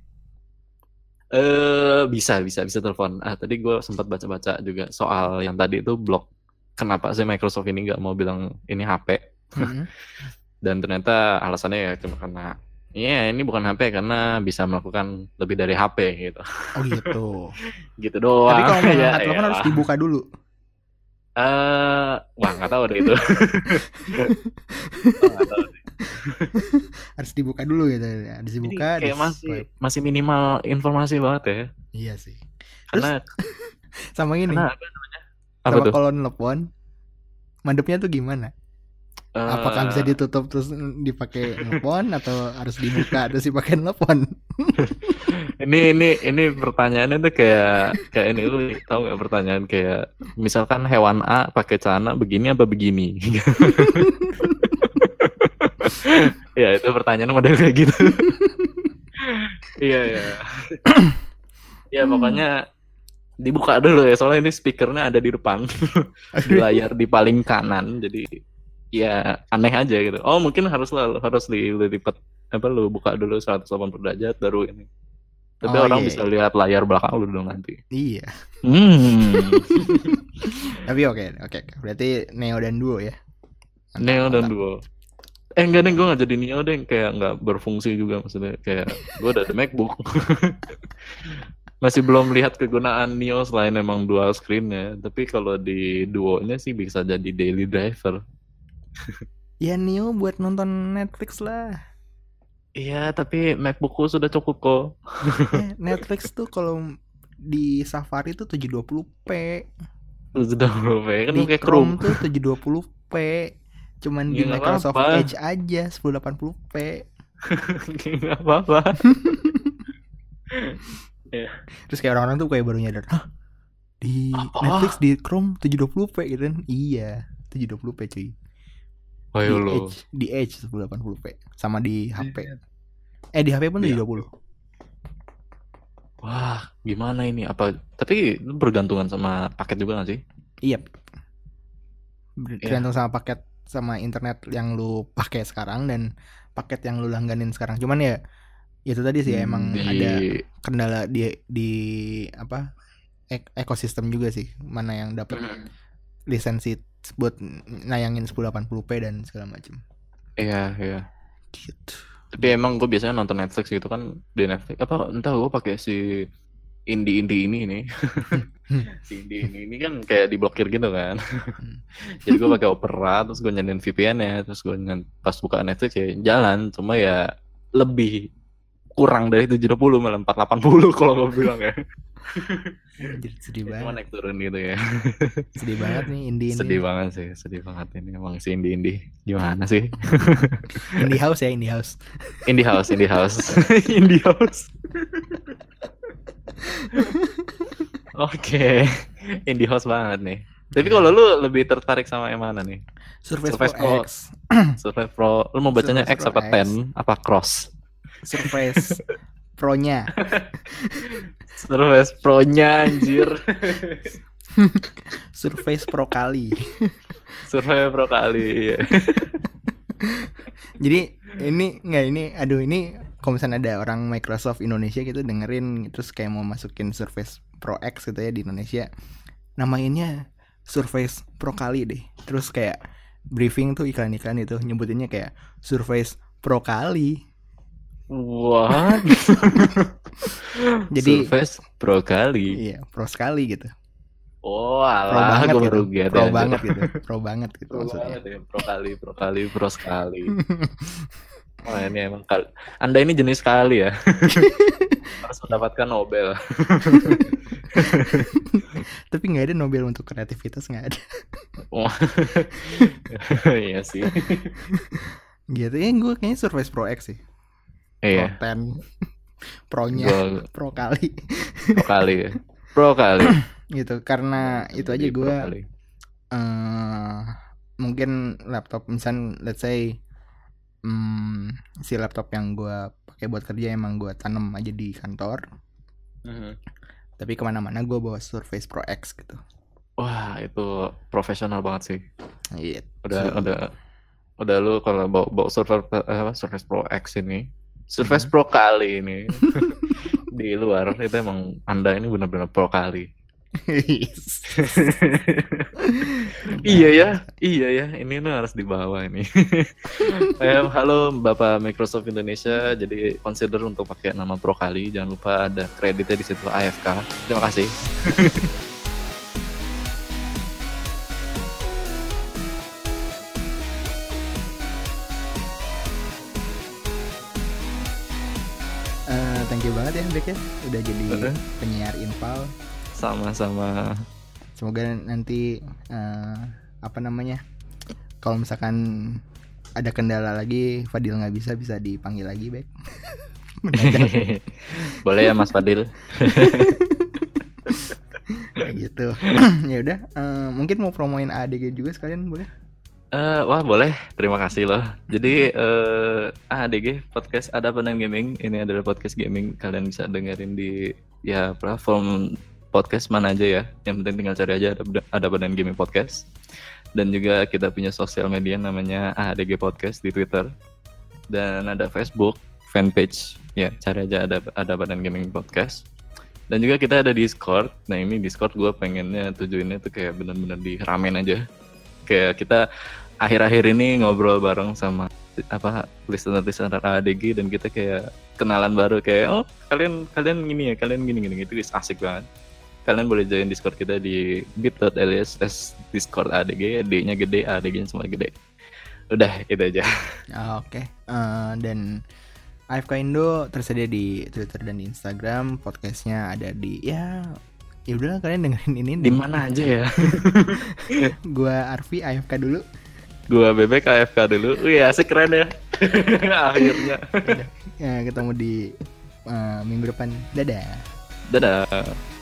eh bisa bisa bisa telepon. Ah tadi gue sempat baca-baca juga soal yang tadi itu blog. Kenapa sih Microsoft ini nggak mau bilang ini H P? Mm-mm. Dan ternyata alasannya ya cuma karena iya ini bukan H P karena bisa melakukan lebih dari H P gitu. Oh gitu. Gitu doang. Tapi kalau mau Ya, ngangkat telepon ya. harus dibuka dulu. Eh, wah nggak tahu deh itu. Oh, nggak tahu deh. Harus dibuka dulu gitu. Harus Jadi dibuka. kayak di masih swipe. masih minimal informasi banget ya. Iya sih. Karena Sama ini. karena apa namanya? Apa Sama tuh? kalau nelpon, mandepnya tuh gimana? Eh, Apakah bisa ditutup terus dipakai nelpon atau harus dibuka terus dipakai nelpon? ini ini ini pertanyaannya tuh kayak kayak ini lu tahu nggak pertanyaan kayak misalkan hewan A pakai celana begini apa begini? Ya itu pertanyaan model kayak gitu. Iya ya. Ya pokoknya dibuka dulu ya soalnya ini speakernya ada di depan di layar di paling kanan jadi ya aneh aja gitu. Oh mungkin harus lah harus di lipat apa lu buka dulu seratus delapan puluh derajat baru ini. Tapi Oh, orang iya, bisa iya. lihat layar belakang lu dong nanti. Iya. Hmm. Tapi oke, oke. Berarti Neo dan Duo ya. Mantap, Neo dan mantap. Duo. Eh enggak deh, gue gak jadi Neo deh, kayak gak berfungsi juga maksudnya. Kayak gue udah ada MacBook. Masih belum lihat kegunaan Neo selain emang dual screen ya. Tapi kalau di Duo-nya sih bisa jadi daily driver. Ya Neo buat nonton Netflix lah. Iya, tapi MacBookku sudah cukup kok. Eh, Netflix tuh kalau di Safari tuh tujuh dua puluh p. seratus dua puluh p kan Di kayak Chrome Chrome. tuh tujuh dua puluh p. Cuman Ya di nggak Microsoft apa-apa. Edge aja sepuluh delapan puluh p. Nggak apa-apa. Ya. Terus kayak orang-orang tuh kayak baru nyadar, hah, di Apa? Netflix di Chrome tujuh dua puluh p gitu kan. Iya, tujuh dua puluh p cuy. Di Ayo lo. Edge, di Edge sepuluh delapan puluh p sama di H P. Eh di H P pun Di tujuh dua puluh. Wah, gimana ini? Apa? Tapi itu bergantungan sama paket juga nggak sih? Iya. Iya. Tergantung sama paket sama internet yang lu pakai sekarang dan paket yang lu langganin sekarang. Cuman ya itu tadi sih emang Di ada kendala di di apa ek- ekosistem juga sih, mana yang dapat Hmm. lisensi buat nayangin sepuluh delapan puluh p dan segala macam Iya, iya. gitu. Tapi emang gue biasanya nonton Netflix gitu kan di Netflix apa entah gue pakai si indie-indie ini nih. Si indie ini ini kan kayak diblokir gitu kan. Jadi gue pakai Opera terus gue nyalain V P N-nya terus gue nyan- pas buka Netflix ya jalan, cuma ya lebih kurang dari tujuh dua puluh malah empat delapan puluh kalau gue bilang ya. Anjir, sedih Cuma banget. naik turun gitu ya. Sedih banget nih indie ini. Sedih banget sih, sedih banget ini emang si indie-indie. Gimana sih? Indie house ya, indie house. Indie house, indie house. Indie house. Oke, indie house banget nih. Tapi kalau lu lebih tertarik sama yang mana nih? Surface, Surface Pro Pro. X. Surface Pro, lu mau bacanya Surface X Pro apa X. ten apa cross? Surface Pro-nya. Surface Pro-nya anjir. Surface Pro kali. Surface Pro kali. Iya. Jadi ini nggak ini, aduh ini kalau misalnya ada orang Microsoft Indonesia gitu dengerin terus kayak mau masukin Surface Pro X gitu ya di Indonesia, namainnya Surface Pro kali deh. Terus kayak briefing tuh iklan-iklan itu nyebutinnya kayak Surface Pro kali. What? Jadi Surface Pro kali. iya, pro sekali gitu. Oh, Pro alah, banget gue gitu. baru get Pro ya, banget anjir. gitu. Pro banget gitu Pro maksudnya. banget ya, pro kali, pro kali, pro sekali. Wah ini emang kal- Anda ini jenis sekali ya. Harus mendapatkan Nobel. Tapi nggak ada Nobel untuk kreativitas, nggak ada. Wah. Iya sih. Gitu ya, gue kayaknya Surface Pro X sih. Iya. Pro ten. Pro-nya Gua pro kali. pro kali ya. Pro kali. Gitu karena itu aja Jadi pro gue kali. eh mungkin laptop misal let's say hmm, si laptop yang gue pakai buat kerja emang gue tanam aja di kantor, Mhm. tapi kemana-mana gue bawa Surface Pro X gitu. Wah itu profesional banget sih. Iya. Udah udah udah lu kalau bawa, bawa Surface eh, apa Surface Pro X ini, Surface Hmm. Pro kali ini di luar itu emang Anda ini benar-benar pro kali. Iya ya, iya ya, ini tuh harus dibawa ini. Eh, halo Bapak Microsoft Indonesia, jadi consider untuk pakai nama Pro kali, jangan lupa ada kreditnya di situ A F K. Terima kasih. Eh, thank you banget ya Bek ya udah jadi Uh-uh. penyiar Infal. Sama-sama. Semoga nanti eh, apa namanya kalau misalkan ada kendala lagi Fadil nggak bisa bisa dipanggil lagi Bek. Boleh ya Mas Fadil. Kayak gitu. Ya udah eh, mungkin mau promoin A D G juga sekalian boleh. Eh, wah boleh, terima kasih loh. Jadi eh A D G podcast Ada Badan Gaming ini adalah podcast gaming, kalian bisa dengerin di ya platform podcast mana aja ya. Yang penting tinggal cari aja ada ada Badan Gaming podcast. Dan juga kita punya sosial media namanya A D G Podcast di Twitter dan ada Facebook fanpage ya, cari aja ada ada Badan Gaming Podcast. Dan juga kita ada Discord. Nah ini Discord gue pengennya tujuannya tuh kayak benar-benar diramein aja. Kayak kita akhir-akhir ini ngobrol bareng sama apa listener-listener A D G dan kita kayak kenalan baru kayak oh kalian kalian gini ya kalian gini gini gitu asik banget. Kalian boleh join Discord kita di bit.ly slash Discord A D G, D-nya gede, A D G-nya semua gede. Udah itu aja. Oke. Eh, dan A F K Indo tersedia di Twitter dan di Instagram. Podcastnya ada di ya Ya udahlah kalian dengerin ini di mana aja ya. Gua Arfi A F K dulu. Gua Bebek A F K dulu. Wih asik, keren ya. Akhirnya. Ya, ketemu di uh, minggu depan. Dadah. Dadah.